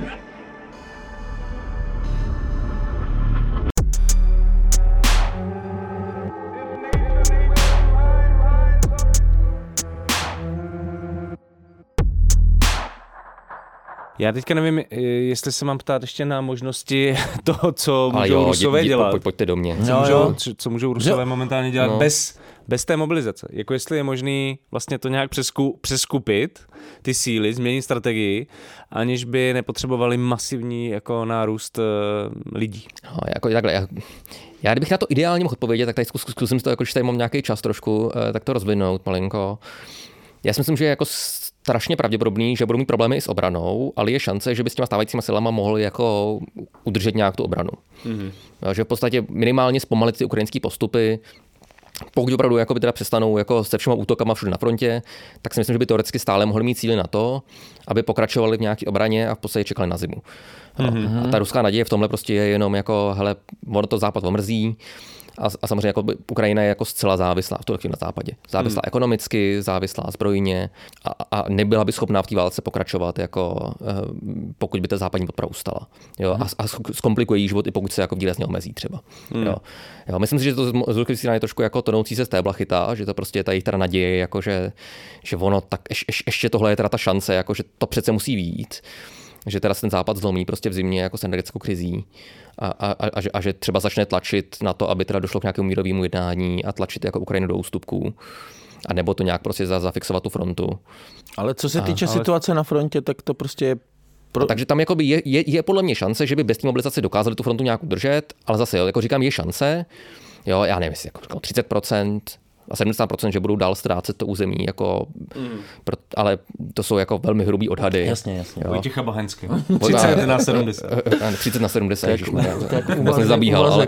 Já teďka nevím, jestli se mám ptát ještě na možnosti toho, co můžou jo, Rusové dě, dě, dělat. Pojď, pojďte do mě. Co, jo, můžou, jo. co, co můžou Rusové jo. momentálně dělat no. bez, bez té mobilizace. Jako jestli je možný vlastně to nějak přesku, přeskupit, ty síly, změnit strategii, aniž by nepotřebovali masivní jako nárůst uh, lidí. No, jako takhle, já, já kdybych na to ideálně mohl odpovědět, tak tady zkus, zkusím to, jako, když tady mám nějaký čas trošku, tak to rozvinout malinko. Já si myslím, že je jako strašně pravděpodobný, že budou mít problémy i s obranou, ale je šance, že by s těma stávajícíma silama mohli jako udržet nějak tu obranu. Mm-hmm. Že v podstatě minimálně zpomalit ty ukrajinské postupy. Pokud opravdu jako by teda přestanou jako se všema útokama všude na frontě, tak si myslím, že by teoreticky stále mohli mít cíly na to, aby pokračovali v nějaké obraně a v podstatě čekali na zimu. Mm-hmm. A ta ruská naděje v tomhle prostě je jenom jako, hele, ono to západ omrzí. A, a samozřejmě jako Ukrajina je jako zcela závislá v tuhle chvíli na západě. Závislá hmm. ekonomicky, závislá zbrojně a, a nebyla by schopná v té válce pokračovat, jako, pokud by ta západní podpora ustala. Jo? Hmm. A, a zkomplikuje jí život, i pokud se jako výrazně omezí třeba. Hmm. Jo? Jo, myslím si, že to z ruské strany je trošku jako tonoucí se z tébla chytá, že to prostě je ta jejich teda naděje, jako že, že ono, tak ješ, ješ, ještě tohle je teda ta šance, jako, že to přece musí vyjít. Že teda se ten západ zlomí prostě v zimě jako s energetickou krizí a, a, a, že, a že třeba začne tlačit na to, aby teda došlo k nějakému mírovému jednání a tlačit jako Ukrajinu do ústupků. A nebo to nějak prostě zafixovat tu frontu. Ale co se a, týče ale... situace na frontě, tak to prostě je... Pro... Takže tam jakoby je, je, je podle mě šance, že by bez té mobilizace dokázali tu frontu nějak udržet, ale zase, jo, jako říkám, je šance, jo, já nevím, jestli jako třicet procent, a sedmdesát procent, že budou dál ztrácet to území, jako, mm. pro, ale to jsou jako velmi hrubý odhady. Jasně, jasně. Vojtěcha Bahenský. třicet na sedmdesát. třicet na sedmdesát, když vůbec nezabíhal, ale,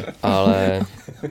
ale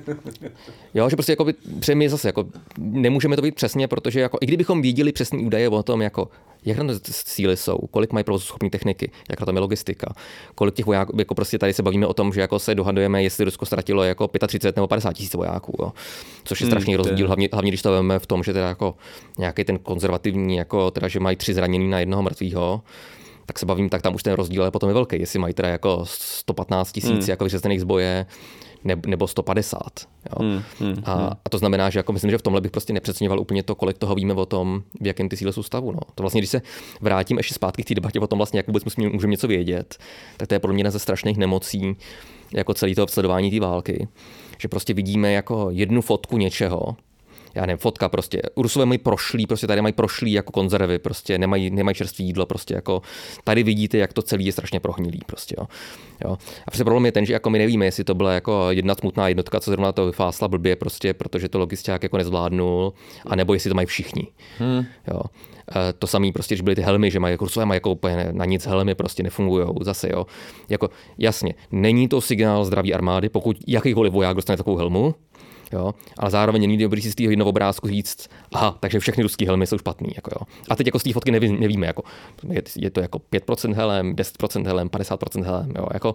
jo, že prostě jako přemě zase, jako nemůžeme to být přesně, protože jako, i kdybychom věděli přesný údaje o tom, jako, jak na to síly jsou, kolik mají provozuschopné techniky, jak na tom je logistika, kolik těch vojáků, jako prostě tady se bavíme o tom, že jako se dohadujeme, jestli Rusko ztratilo jako třicet pět nebo padesát tisíc vojáků, jo, což je strašný hmm, rozdíl, hlavně, hlavně když to veme v tom, že teda jako nějaký ten konzervativní, jako teda, že mají tři zraněný na jednoho mrtvýho, tak se bavím, tak tam už ten rozdíl je potom je velký, jestli mají teda jako sto patnáct tisíc hmm. jako vyřazených z boje, nebo sto padesát. Jo. Hmm, hmm, a, a to znamená, že jako myslím, že v tomhle bych prostě nepřeceňoval úplně to, kolik toho víme o tom, v jakém ty síle jsou stavu. No. To vlastně, když se vrátím ještě zpátky k té debatě o tom, vlastně, jak vůbec můžeme něco vědět, tak to je podle mě jedna ze strašných nemocí, jako celý toho sledování té války, že prostě vidíme jako jednu fotku něčeho, já nevím, fotka prostě. Rusové mají prošlý, prostě tady mají prošlý jako konzervy, prostě nemají, nemají čerstvé jídlo, prostě jako tady vidíte, jak to celý je strašně prohnilý, prostě, jo. jo. A prostě problém je ten, že jako my nevíme, jestli to byla jako jedna smutná jednotka, co zrovna to vyfásla blbě, prostě, protože to logisták jako nezvládnul, anebo jestli to mají všichni. Hmm. Jo. E, to samé prostě, když byly ty helmy, že mají jako Rusové mají jako úplně na nic helmy, prostě nefungujou zase, jo. Jako jasně, není to signál zdraví armády, pokud jakýkoliv voják dostane takovou helmu. Jo, ale zároveň není dobrý si z toho jednoho obrázku říct, aha, takže všechny ruský helmy jsou špatný. Jako jo. A teď jako z té fotky neví, nevíme, jako, je, je to jako pět procent helem, deset procent helem, padesát procent helem. Jo, jako,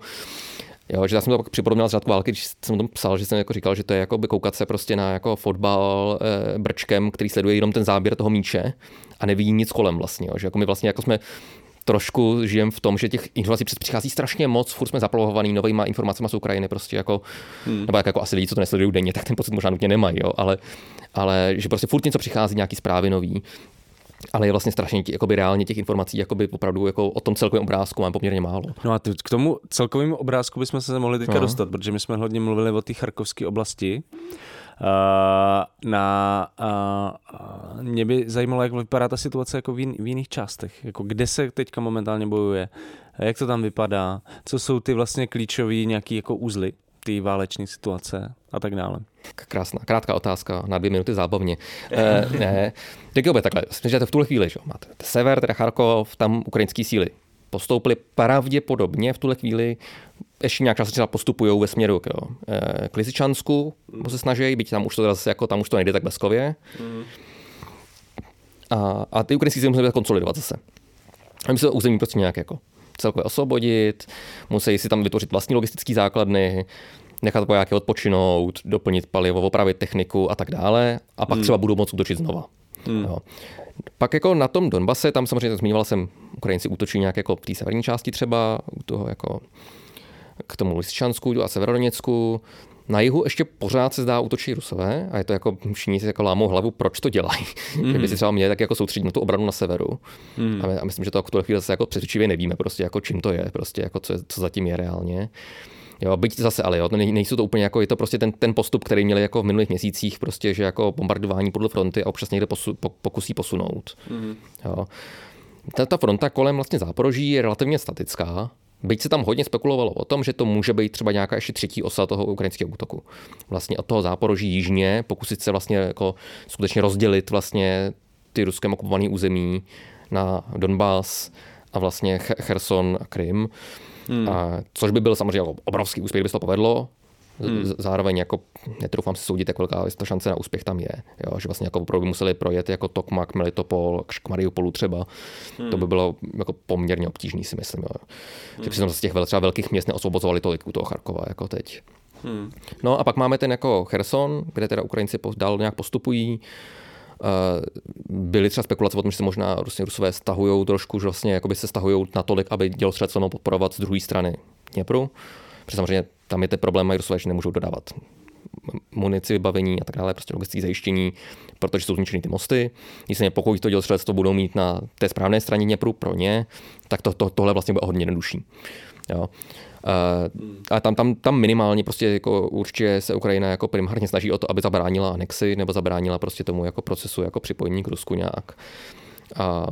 jo, že já jsem to pak připodobnil z řádku války, když jsem o tom psal, že jsem jako říkal, že to je jako by koukat se prostě na jako fotbal e, brčkem, který sleduje jenom ten záběr toho míče a nevidí nic kolem vlastně. Jo, že jako my vlastně jako jsme trošku žijeme v tom, že těch informací přichází strašně moc, furt jsme zaplavovaný novýma informacemi z Ukrajiny, prostě jako, hmm. nebo jak jako asi lidi, co to nesledují denně, tak ten pocit možná nutně nemají, jo, ale, ale že prostě furt něco přichází, nějaký zprávy nový, ale je vlastně strašně jakoby reálně těch informací jakoby opravdu jako o tom celkovém obrázku mám poměrně málo. No a k tomu celkovému obrázku bychom se mohli teďka no. dostat, protože my jsme hodně mluvili o té charkovské oblasti. Uh, na, uh, mě by zajímalo, jak vypadá ta situace jako v, jin, v jiných částech. Jako kde se teďka momentálně bojuje, jak to tam vypadá, co jsou ty vlastně klíčové nějaký jako uzly, ty váleční situace a tak dále. Krásná, krátká otázka na dvě minuty zábavně. e, ne, tak jo, takhle, že to v tuhle chvíli, že máte sever, teda Charkov, tam ukrajinské síly postoupili pravděpodobně v tuhle chvíli, ještě nějak čas třeba postupují ve směru k, jo, k Lysyčansku, se snaží, byť tam už to zase, jako tam už to nejde tak bleskově. Mm. A, a ty ukrajinský síly musí konsolidovat zase. A musí to území prostě nějak jako celkově osvobodit, musí si tam vytvořit vlastní logistické základny, nechat vojáky odpočinout, doplnit palivo, opravit techniku a tak dále. A pak hmm. třeba budou moct útočit znova. Hmm. Jo. Pak jako na tom Donbase, tam samozřejmě zmiňoval jsem, Ukrajinci útočí nějak jako v té severní části třeba, u toho jako k tomu Lysyčansku a Severodoněcku. Na jihu ještě pořád se zdá útočí Rusové a je to jako všichni si jako lámou hlavu, proč to dělají. Mm. Že by si třeba měli tak jako soustředit na tu obranu na severu. Mm. A, my, a myslím, že to v tuhle chvíli zase jako přesvědčivě nevíme, prostě jako čím to je, prostě jako co, je, co zatím je reálně. Jo, byť zase, ale jo, to nejsou to úplně jako, je to prostě ten, ten postup, který měli jako v minulých měsících, prostě, že jako bombardování podle fronty a občas někde posu, po, pokusí posunout. Mm. Jo. Ta, ta fronta kolem vlastně Záporoží je relativně statická. Byť se tam hodně spekulovalo o tom, že to může být třeba nějaká ještě třetí osa toho ukrajinského útoku. Vlastně od toho Záporoží jižně, pokusit se vlastně jako skutečně rozdělit vlastně ty ruskem okupované území na Donbas a vlastně Cherson a Krym. Hmm. A což by byl samozřejmě obrovský úspěch, kdyby se to povedlo. Hmm. Zároveň jako netroufám si soudit, jak velká ta šance na úspěch tam je. Jo? Že vlastně jako opravdu museli projet jako Tokmak, Melitopol, k Mariupolu třeba. Hmm. To by bylo jako poměrně obtížný, si myslím. Jo? Hmm. Že přitom z těch třeba velkých měst neosvobozovali tolik u toho Charkova jako teď. Hmm. No a pak máme ten jako Cherson, kde teda Ukrajinci dál nějak postupují. Byly třeba spekulace o tom, že se možná Rusové stahujou trošku, že vlastně jakoby se stahujou natolik, aby dělostřelectvo mohlo podporovat z druhé strany Dněpru. Protože samozřejmě tam je ten problém, mají Rusové, že nemůžou dodávat munici, vybavení a tak dále, prostě logistické zajištění, protože jsou zničeny ty mosty. Nicméně pokud to dělostřelectvo budou mít na té správné straně Dněpru pro ně, tak to, to, tohle vlastně bude hodně jednodušší. Jo. Uh, a tam, tam, tam minimálně prostě jako určitě se Ukrajina jako primárně snaží o to, aby zabránila anexi nebo zabránila prostě tomu jako procesu jako připojení k Rusku nějak. A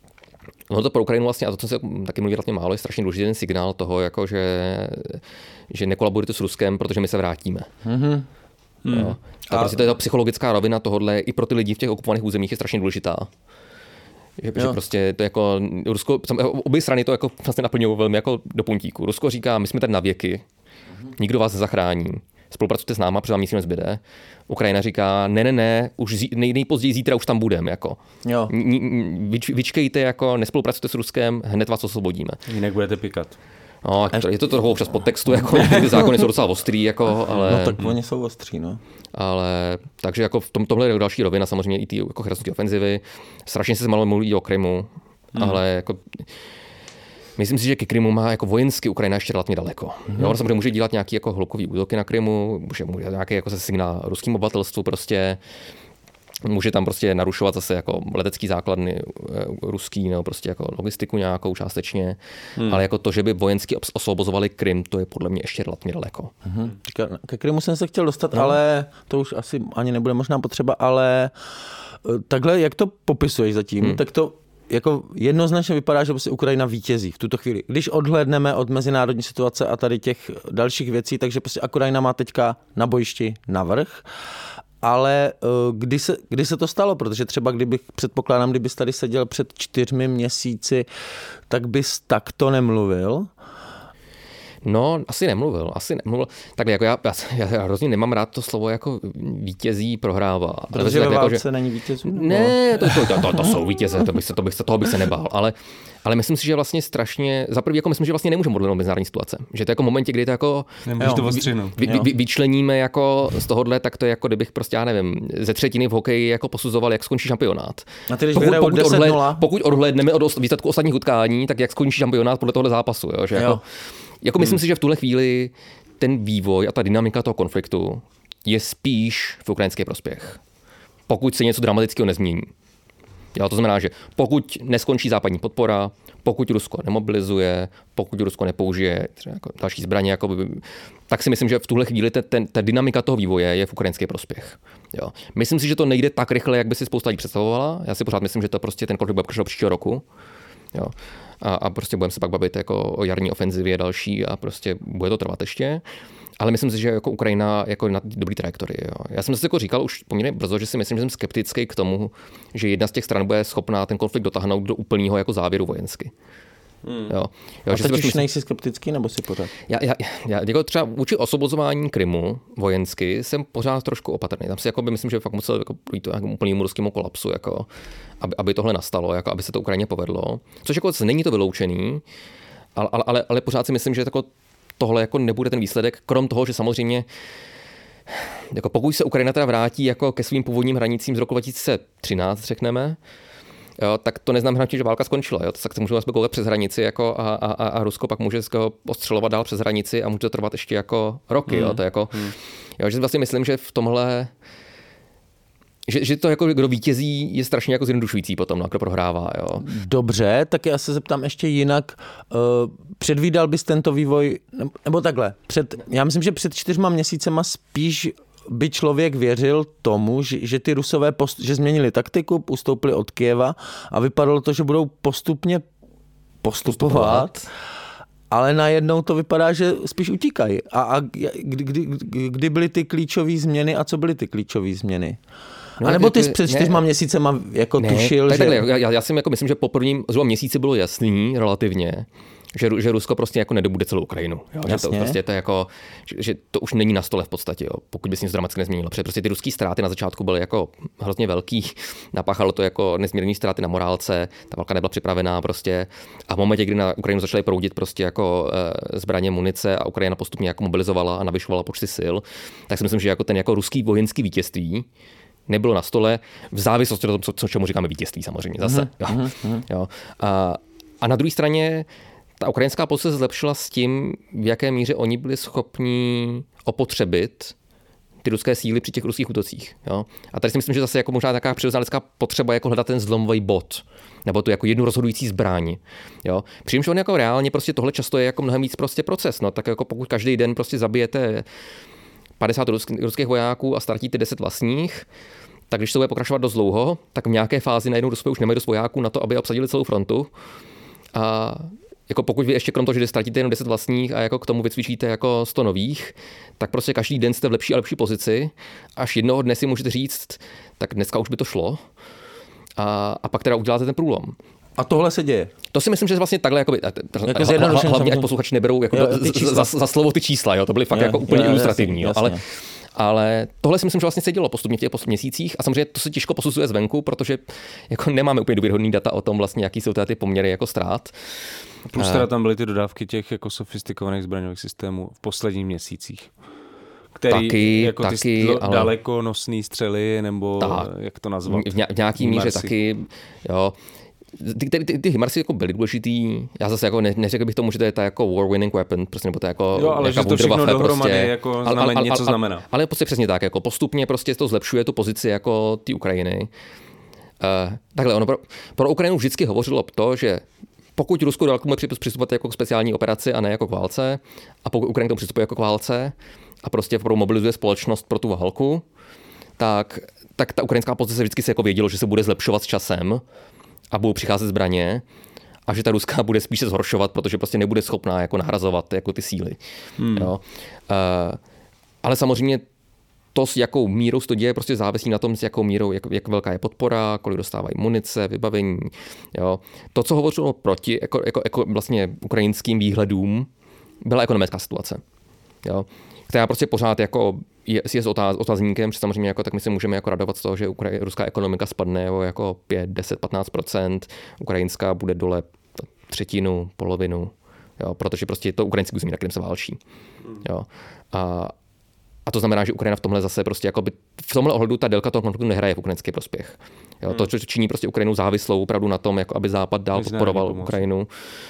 no to pro Ukrajinu vlastně, a to, co se taky mluví relativně málo, je strašně důležitý ten signál toho, jako že, že nekolaborujte s Ruskem, protože my se vrátíme. Mm-hmm. Jo. A, a prostě to je ta psychologická rovina tohodle i pro ty lidi v těch okupovaných územích je strašně důležitá. Že, že prostě to jako Rusko, obě strany to jako vlastně naplňují velmi jako do puntíku. Rusko říká, my jsme tady na věky, nikdo vás nezachrání, spolupracujte s náma, protože vám nic nezbyde. Ukrajina říká, ne, ne, ne, už zí, nej, nejpozději zítra už tam budeme. Jako. Jo. Vyč, vyčkejte, jako, nespolupracujte s Ruskem, hned vás osvobodíme. Jinak budete pikat. No, je to trochu občas podtextu, jako ty zákony jsou docela ostrý, jako, ale... No tak oni jsou ostří, no. Ale, takže jako v tom, tomhle je další rovina, samozřejmě i ty jako chersonské ofenzivy. Strašně se málo mluví o Krymu, hmm. ale jako... Myslím si, že ke Krymu má jako vojensky Ukrajina ještě relativně daleko. Hmm. Jo, samozřejmě může dělat nějaký jako hlukový útoky na Krymu, může, může nějaký jako se signál ruským obyvatelstvu prostě. Může tam prostě narušovat zase jako letecký základny ruský nebo prostě jako logistiku nějakou částečně, hmm. ale jako to, že by vojensky osvobozovali Krym, to je podle mě ještě relativně daleko. Hmm. Ke Krymu jsem se chtěl dostat, no. ale to už asi ani nebude možná potřeba, ale takhle, jak to popisuješ zatím, hmm. tak to jako jednoznačně vypadá, že prostě Ukrajina vítězí v tuto chvíli. Když odhlédneme od mezinárodní situace a tady těch dalších věcí, takže prostě Ukrajina má teďka na bojišti navrch. Ale kdy se, kdy se to stalo? Protože třeba kdybych, předpokládám, kdybys tady seděl před čtyřmi měsíci, tak bys takto nemluvil? No, asi nemluvil, asi nemluvil. Tak jako já, já, já hrozně nemám rád to slovo jako vítězí, prohrává. Protože ve válce jako, že... není vítězů? Ne, to, to, to, to, to jsou vítěze, to bych se, to bych se, toho bych se nebál. Ale, ale myslím si, že vlastně strašně, za první jako myslím, že vlastně nemůžeme odhlédnout mezinárodní situace. Že to jako v momentě, kdy to jako jo, to vy, vy, vy, vyčleníme jako z tohohle, tak to je jako kdybych prostě, já nevím, ze třetiny v hokeji jako posuzoval, jak skončí šampionát. A ty, pokud, pokud, odhled, pokud odhlédneme od výsledku ostatních utkání, tak jak skončí šampionát podle tohle zápasu. Jo? Že jo. Jako, Jako myslím hmm. si, že v tuhle chvíli ten vývoj a ta dynamika toho konfliktu je spíš v ukrajinský prospěch. Pokud se něco dramatického nezmění. Jo, to znamená, že pokud neskončí západní podpora, pokud Rusko nemobilizuje, pokud Rusko nepoužije třeba jako další zbraně, jako by, tak si myslím, že v tuhle chvíli ten, ten, ta dynamika toho vývoje je v ukrajinský prospěch. Jo. Myslím si, že to nejde tak rychle, jak by si spousta lidí představovala. Já si pořád myslím, že to prostě ten konflikt bude pokračovat příštího roku. Jo. A, a prostě budeme se pak bavit jako o jarní ofenzivě další a prostě bude to trvat ještě. Ale myslím si, že jako Ukrajina jako na dobrý trajektorii. Jo. Já jsem si jako říkal už poměrně brzo, že si myslím, že jsem skeptický k tomu, že jedna z těch stran bude schopná ten konflikt dotáhnout do úplného jako závěru vojensky. Hmm. Jo. Jo, a teď už myslím... nejsi skeptický, nebo si pořád? Já, já, já jako třeba vůči osvobozování Krymu vojensky jsem pořád trošku opatrný. Tam si jako by myslím, že fakt musel jako projít jako úplnému ruskému kolapsu, jako, aby, aby tohle nastalo, jako, aby se to Ukrajině povedlo. Což jako není to vyloučený, ale, ale, ale, ale pořád si myslím, že jako tohle jako nebude ten výsledek, krom toho, že samozřejmě jako pokud se Ukrajina teda vrátí jako ke svým původním hranicím z roku dva tisíce třináct, řekneme, jo, tak to neznamená, že válka skončila. Jo. Tak se můžeme koukat přes hranici jako a, a, a Rusko pak může ostřelovat dál přes hranici a může to trvat ještě jako roky. Hmm. Jo. To je jako, hmm. jo, že vlastně myslím, že v tomhle Že, že to jako kdo vítězí je strašně jako zjednodušující potom, no, kdo prohrává. Jo. Dobře, tak já se zeptám ještě jinak. Uh, předvídal bys tento vývoj, nebo takhle, před, já myslím, že před čtyřma měsícema spíš by člověk věřil tomu, že, že ty Rusové post, že změnili taktiku, ustoupili od Kyjeva a vypadalo to, že budou postupně postupovat. postupovat. Ale najednou to vypadá, že spíš utíkají. A, a kdy, kdy, kdy byly ty klíčové změny a co byly ty klíčové změny? No, a nebo ty před čtyřma měsícema jako ne, tušil, tak, že... Takhle, já, já si jako myslím, že po prvním zhruba měsíci bylo jasný relativně, že, že Rusko prostě jako nedobude celou Ukrajinu. Jo? Že to prostě to jako, že, že to už není na stole v podstatě, jo? Pokud by se nic dramaticky nezměnilo. Protože prostě ty ruský ztráty na začátku byly jako hrozně velký, napáchalo to jako nesmírné ztráty na morálce, ta válka nebyla připravená prostě a v momentě, kdy na Ukrajinu začaly proudit prostě jako e, zbraně, munice a Ukrajina postupně jako mobilizovala a navyšovala počty sil, tak si myslím, že jako ten jako ruský vojenský vítězství nebylo na stole v závislosti na tom, co, co čemu říkáme vítězství samozřejmě zase. Mm, jo. Mm, jo. A, a na druhé straně ta ukrajinská pozice se zlepšila s tím, v jaké míře oni byli schopni opotřebit ty ruské síly při těch ruských útocích. Jo. A tady si myslím, že zase jako možná taková přirozená lidská potřeba jako hledat ten zlomový bod, nebo tu jako jednu rozhodující zbraň. Jo. Přičemž on jako reálně prostě tohle často je jako mnohem víc prostě proces. No. Tak jako pokud každý den prostě zabijete padesát ruských vojáků a ztratíte deset vlastních, tak když to bude pokračovat dost dlouho, tak v nějaké fázi najednou Rusové už nemají dost vojáků na to, aby obsadili celou frontu. A jako pokud vy ještě krom toho, že ztratíte jenom deset vlastních a jako k tomu vycvičíte jako sto nových, tak prostě každý den jste v lepší a lepší pozici. Až jednoho dne si můžete říct, tak dneska už by to šlo. A, a pak teda uděláte ten průlom. A tohle se děje. To si myslím, že vlastně takhle jakoby, jako hla, hlavně ať posluchači neberou jako jo, za, za, za slovo ty čísla, jo, to byly fakt jo, jako úplně jo, ilustrativní, jasně, jo, ale ale tohle si myslím, že vlastně se dělo postupně v těch posledních měsících a samozřejmě to se těžko posuzuje zvenku, protože jako nemáme úplně důvěryhodný data o tom vlastně, jaký jsou teda ty poměry jako ztrát. Plus teda tam byly ty dodávky těch jako sofistikovaných zbraňových systémů v posledních měsících. Který taky, jako taky, ty ale... dalekonosný střely, nebo tak, jak to nazvat? V nějaký míře taky, jo. Ty, ty, ty, ty HIMARSy jako byly důležitý. Já zase jako ne, neřekl bych tomu, že to je ta jako war winning weapon, prostě, nebo to jako jo, ale že to všechno dohromady prostě, jako znamen, ale, ale, něco znamená. Ale, ale prostě přesně tak, jako postupně prostě to zlepšuje tu pozici jako ty Ukrajiny. Uh, takhle, ono pro, pro Ukrajinu vždycky hovořilo to, že pokud Rusko dál bude přistupovat jako k speciální operaci a ne jako k válce, a pokud Ukrajina k tomu přistupuje jako k válce a prostě mobilizuje společnost pro tu válku, tak, tak ta ukrajinská pozice vždycky se jako vědělo, že se bude zlepšovat s časem a budou přicházet zbraně a že ta ruská bude spíše zhoršovat, protože prostě nebude schopná jako nahrazovat jako ty síly. Hmm. Jo. Uh, ale samozřejmě to, s jakou mírou se to děje, prostě závisí na tom, s jakou mírou, jak, jak velká je podpora, kolik dostávají munice, vybavení. Jo. To, co hovořilo proti jako, jako, jako vlastně ukrajinským výhledům, byla ekonomická situace. Jo. Která prostě pořád jako je, je s otáz, otazníkem, že samozřejmě jako, tak my se můžeme jako radovat z toho, že Ukraj, ruská ekonomika spadne o jako pět, deset, patnáct procent, ukrajinská bude dole třetinu, polovinu, jo, protože prostě je to ukrajinský území, na kterém se válčí. Jo. A, a to znamená, že Ukrajina v tomhle zase prostě jako by, v tomhle ohledu ta délka toho konfliktu nehraje v ukrajinský prospěch. Jo. Hmm. To, co činí prostě Ukrajinu závislou opravdu na tom, jako aby Západ dál podporoval Ukrajinu.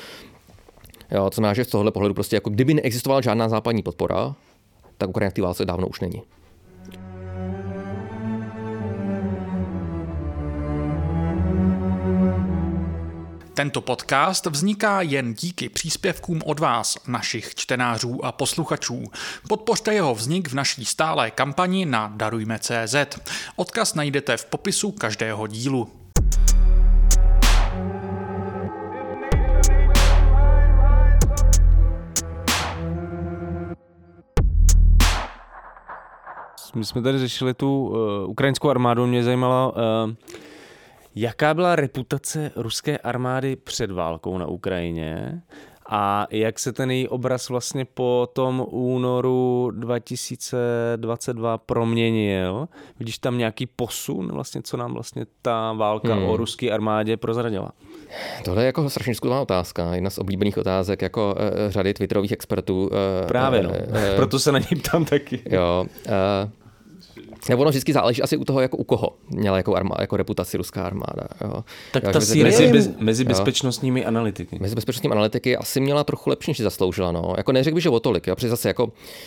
Jo, to znamená, že z tohohle pohledu prostě jako kdyby neexistovala žádná západní podpora, tak Ukrajina v té válce dávno už není. Tento podcast vzniká jen díky příspěvkům od vás, našich čtenářů a posluchačů. Podpořte jeho vznik v naší stálé kampani na darujme tečka cé zet. Odkaz najdete v popisu každého dílu. My jsme tady řešili tu uh, ukrajinskou armádu, mě zajímalo, uh, Jaká byla reputace ruské armády před válkou na Ukrajině a jak se ten její obraz vlastně po tom únoru dva tisíce dvacet dva proměnil? Vidíš tam nějaký posun, vlastně, co nám vlastně ta válka hmm. o ruské armádě prozradila? Tohle je jako strašně skvělá otázka, jedna z oblíbených otázek jako uh, řady twitterových expertů. Uh, Právě, no. Uh, Proto se na něj ptám taky. Jo. Uh, Nebo ono vždycky záleží asi u toho, jako u koho měla jako, armáda, jako reputaci ruská armáda. Jo. Tak jo, ta síla mezi, bez, mezi bezpečnostními jo. analytiky. Mezi bezpečnostními analytiky asi měla trochu lepší, než si zasloužila. No. Jako neřekl bych, že o tolik. Jo. Protože zase jako,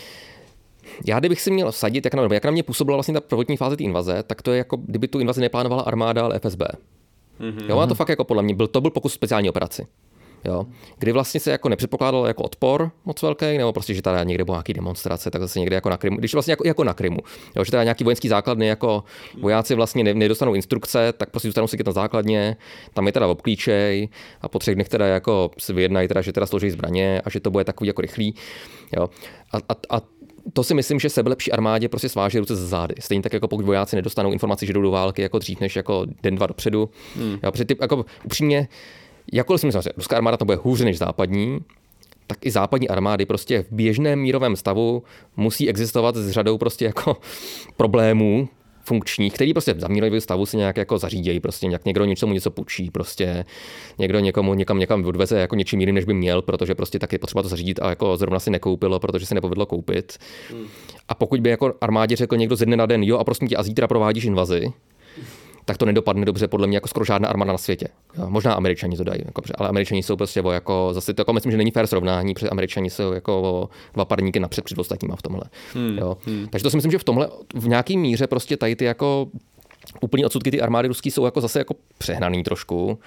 já kdybych si měl vsadit, jak na, jak na mě působila vlastně ta prvotní fáze té invaze, tak to je jako, kdyby tu invazi neplánovala armáda, ale F S B. Mm-hmm. Jo, a to fakt jako podle mě byl, to byl pokus speciální operaci. Jo. Kdy vlastně se jako nepředpokládal jako odpor moc velký, nebo prostě, že tady někde byla nějaký demonstrace, tak zase někde jako na Krymu, když vlastně jako, jako na Krymu, jo, že tady nějaký vojenský základny, jako vojáci vlastně ne, nedostanou instrukce, tak prostě zůstanou sedět na základně, tam je teda obklíčej a po třech dnech teda jako si vyjednají teda, že teda složí zbraně a že to bude takový jako rychlý, jo. A, a, a to si myslím, že sebelepší armádě prostě sváží ruce za zády. Stejně tak jako pokud vojáci nedostanou informaci, že jdou do války jako dřív než jako den dva dopředu. Hmm. Jo, protože ty, jako upřímně, jakkoliv si myslím, že ruská armáda to bude hůře než západní, tak i západní armády prostě v běžném mírovém stavu musí existovat s řadou prostě jako problémů funkčních, který prostě za mírovém stavu si nějak jako zařídějí, prostě nějak někdo něčemu něco půjčí, prostě někdo někomu někam někam odveze jako něčím jiným, než by měl, protože prostě taky potřeba to zařídit a jako zrovna si nekoupilo, protože se nepovedlo koupit. Hmm. A pokud by jako armádě řekl někdo ze dne na den, jo a prostě tě a zítra provádíš invazi, tak to nedopadne dobře podle mě jako skoro žádná armáda na světě. Jo, možná Američani to dají, jako, ale Američani jsou prostě o jako, zase to jako myslím, že není fér srovnání, protože Američani jsou jako o dva parníky napřed před ostatníma v tomhle. Hmm, jo. Hmm. Takže to si myslím, že v tomhle v nějaký míře prostě tady ty jako úplný odsudky ty armády ruský jsou jako zase jako přehnaný trošku.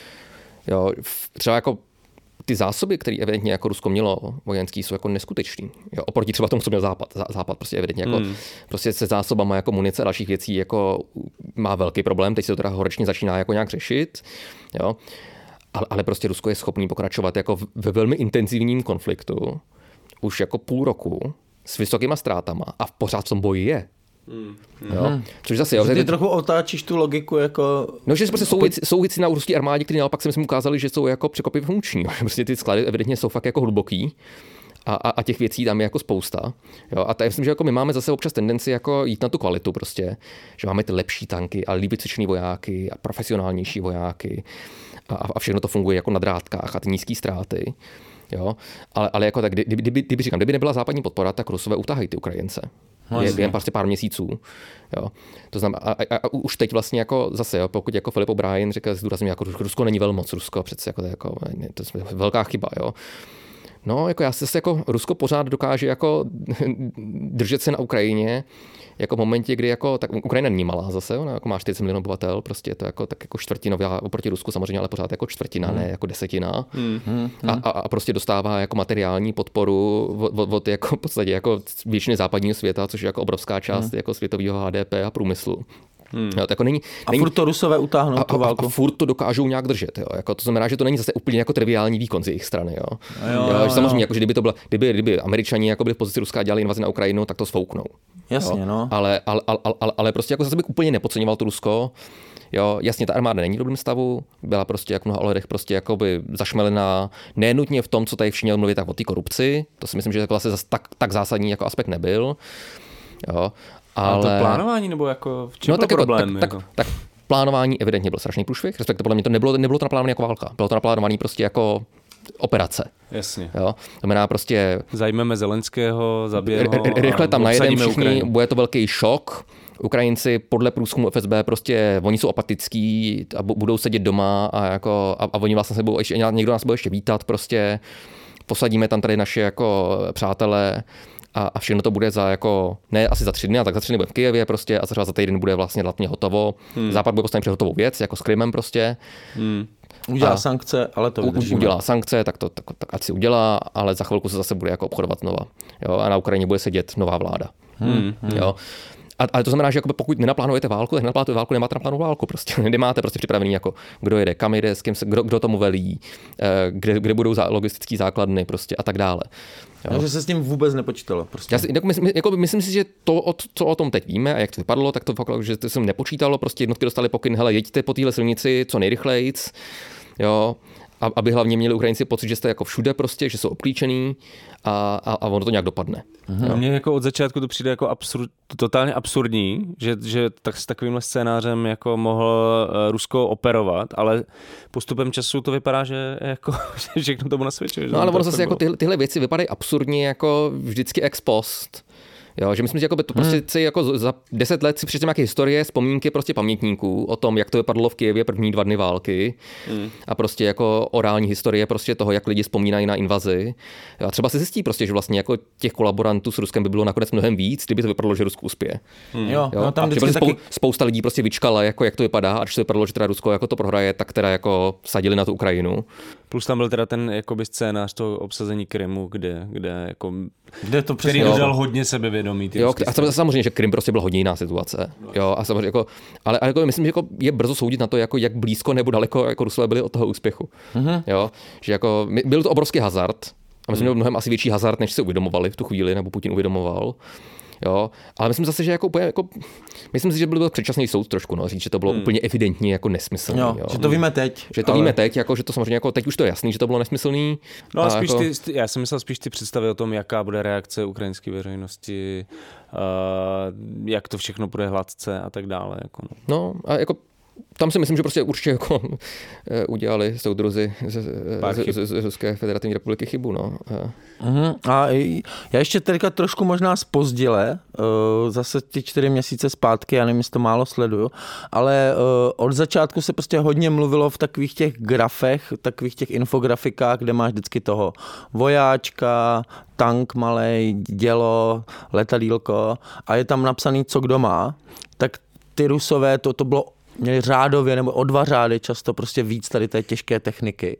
Jo, třeba jako ty zásoby, které evidentně jako Rusko mělo vojenský, jsou jako neskutečný. Jo, oproti třeba tomu, co měl Západ. Západ prostě evidentně jako hmm. prostě se zásobama jako munice a dalších věcí jako má velký problém. Teď se to teda horečně začíná jako nějak řešit. Jo. Ale, ale prostě Rusko je schopný pokračovat jako ve velmi intenzivním konfliktu už jako půl roku s vysokýma ztrátama a v pořád v tom boji je. Hmm. Jo? Což zase, jo, ty teď... trochu otáčíš tu logiku jako... No, že prostě jsou věci, jsou věci na ruské armádě, které naopak se myslím ukázali, že jsou jako překvapivě funkční. Prostě ty sklady evidentně jsou fakt jako hluboký a, a, a těch věcí tam je jako spousta. Jo? A tak myslím, že jako my máme zase občas tendenci jako jít na tu kvalitu prostě, že máme ty lepší tanky a líbí cvičený vojáky a profesionálnější vojáky a, a všechno to funguje jako na drátkách a ty nízké ztráty. Jo? Ale, ale jako tak, kdyby, kdyby, kdyby, říkám, kdyby nebyla západní podpora, tak Rusové utahají ty Ukrajince. No, je jen prostě pár měsíců. Jo. To znamená, a, a, a už teď vlastně jako zase, jo, pokud jako Filip O'Brien říká, zdůrazně, jako Rusko není velmoc, Rusko přece jako, jako to je velká chyba, jo. No, jako já si zase jako Rusko pořád dokáže jako držet se na Ukrajině, jako v momentě, kdy jako, tak Ukrajina není malá zase, ona jako má čtyřicet milionů obyvatel, prostě je to jako, tak jako čtvrtinová oproti Rusku samozřejmě, ale pořád jako čtvrtina, hmm. ne jako desetina. Hmm. Hmm. A, a, a prostě dostává jako materiální podporu od, od, od jako v podstatě jako většiny západního světa, což je jako obrovská část hmm. jako světového H D P a průmyslu. Hmm. Jo, jako není, a není, furt to Rusové utáhnou a, tu válku. A, a furt to dokážou nějak držet. Jo. Jako, to znamená, že to není zase úplně jako triviální výkon z jejich strany. Jo. Jo, jo, jo, samozřejmě, jako, že kdyby, to byla, kdyby, kdyby Američani jako byli v pozici Ruska a dělali invazi na Ukrajinu, tak to sfouknou. Jasně, jo. no. Ale, ale, ale, ale, ale prostě jako zase bych úplně nepodceňoval to Rusko. Jo, jasně, ta armáda není v dobrém stavu, byla prostě jako v mnoha ohledech prostě jakoby zašmelená, nenutně v tom, co tady všichni mluví, tak o té korupci. To si myslím, že jako zase tak, tak zásadní jako aspekt nebyl. Jo. Ale to plánování, nebo jako v čem no, byl tak problém? Jako, tak, jako? tak, tak plánování evidentně byl strašný průšvih, respektive podle mě to nebylo, nebylo to naplánované jako válka, bylo to naplánované prostě jako operace. Jasně. Jo? To znamená prostě... Zajmeme Zelenského, zabijeme ho. Rychle tam najedeme všichni, Ukrajinu. Bude to velký šok. Ukrajinci podle průzkumu F S B prostě, oni jsou apatický a budou sedět doma a, jako, a, a oni vlastně se budou ještě, někdo nás bude ještě vítat prostě. Posadíme tam tady naše jako přátelé a, a všechno to bude za jako, ne asi za tři dny, ale tak za tři dny bude v Kyjevě prostě a třeba za týden bude vlastně hlavně hotovo. Hmm. Západ bude postavit před hotovou věc, jako s Krymem prostě. Hmm. Udělá a sankce, ale to vydržíme. Udělá sankce, tak to tak, tak ať si udělá, ale za chvilku se zase bude jako obchodovat znova. Jo? A na Ukrajině bude sedět nová vláda. Hmm. Jo? A, ale to znamená, že jakoby pokud nenaplánujete válku, tak nenaplánujete válku, nemáte naplánovanou válku prostě. Nemáte prostě připravený, jako kdo jede, kam jede, s kým se, kdo, kdo tomu velí, kde, kde budou zá, logistické základny prostě a tak dále. Jo. Takže se s tím vůbec nepočítalo. Prostě. Já si, jako, myslím, jako, myslím si, že to, co o tom teď víme a jak to vypadalo, tak to fakt, že to jsem nepočítalo, prostě jednotky dostali pokyn, hele, jeďte po téhle silnici co nejrychlejc, jo, aby hlavně měli Ukrajinci pocit, že jste jako všude prostě, že jsou obklíčený a, a, a ono to nějak dopadne. Mhm. Mně jako od začátku to přijde jako absurd, totálně absurdní, že, že tak s takovýmhle scénářem jako mohl Rusko operovat, ale postupem času to vypadá, že jako že všechno tomu nasvědčuje. No ale ono zase jako tyhle, tyhle věci vypadají absurdně jako vždycky ex post. Jo, že myslím, že jako to prostě hmm. si jako za deset let si přečteme nějaké historie, vzpomínky prostě pamětníků o tom, jak to vypadalo v Kyjevě první dva dny války hmm. a prostě jako orální historie prostě toho, jak lidi vzpomínají na invazi. A třeba se zjistí prostě, že vlastně jako těch kolaborantů s Ruskem by bylo nakonec mnohem víc, kdyby to vypadalo, že Rusko uspěje. Hmm. Jo, jo? No, tam a prostě taky... spou- spousta lidí prostě vyčkala, jako jak to vypadá, a když to vypadalo, že teda Rusko jako to prohraje, tak teda jako sadili na tu Ukrajinu. Plus tam byl teda ten jakoby scénář toho obsazení Krymu, kde, kde jako kde to který dodal hodně sebevědomí. Jo, a samozřejmě, že Krym prostě byl hodně jiná situace. Jo, a samozřejmě jako, ale, ale jako myslím, že jako je brzo soudit na to, jako jak blízko nebo daleko jako Rusové byli od toho úspěchu. Mm-hmm. Jo, že jako byl to obrovský hazard. A myslím, že byl mnohem asi větší hazard, než se uvědomovali v tu chvíli, nebo Putin uvědomoval. Jo, ale myslím zase, že jako, jako myslím si, že byl to předčasný soud trošku, no, říct, že to bylo hmm. úplně evidentně jako nesmyslný. Jo, jo. Že to víme teď. Že to ale... víme teď, jako, že to samozřejmě jako teď už to je jasný, že to bylo nesmyslný. No a spíš jako... ty, já jsem myslel spíš ty představy o tom, jaká bude reakce ukrajinské veřejnosti, uh, jak to všechno bude hladce a tak dále. Jako no. no a jako tam si myslím, že prostě určitě jako udělali soudruzi z, z, z, z Ruské federativní republiky chybu. No. Uh-huh. A já ještě teďka trošku možná zpozdile, zase ty čtyři měsíce zpátky, já nevím, jestli to málo sleduju, ale od začátku se prostě hodně mluvilo v takových těch grafech, takových těch infografikách, kde máš vždycky toho vojáčka, tank malej, dělo, letadýlko a je tam napsaný, co kdo má, tak ty Rusové, to, to bylo měli řádově nebo o dva řády často prostě víc tady té těžké techniky.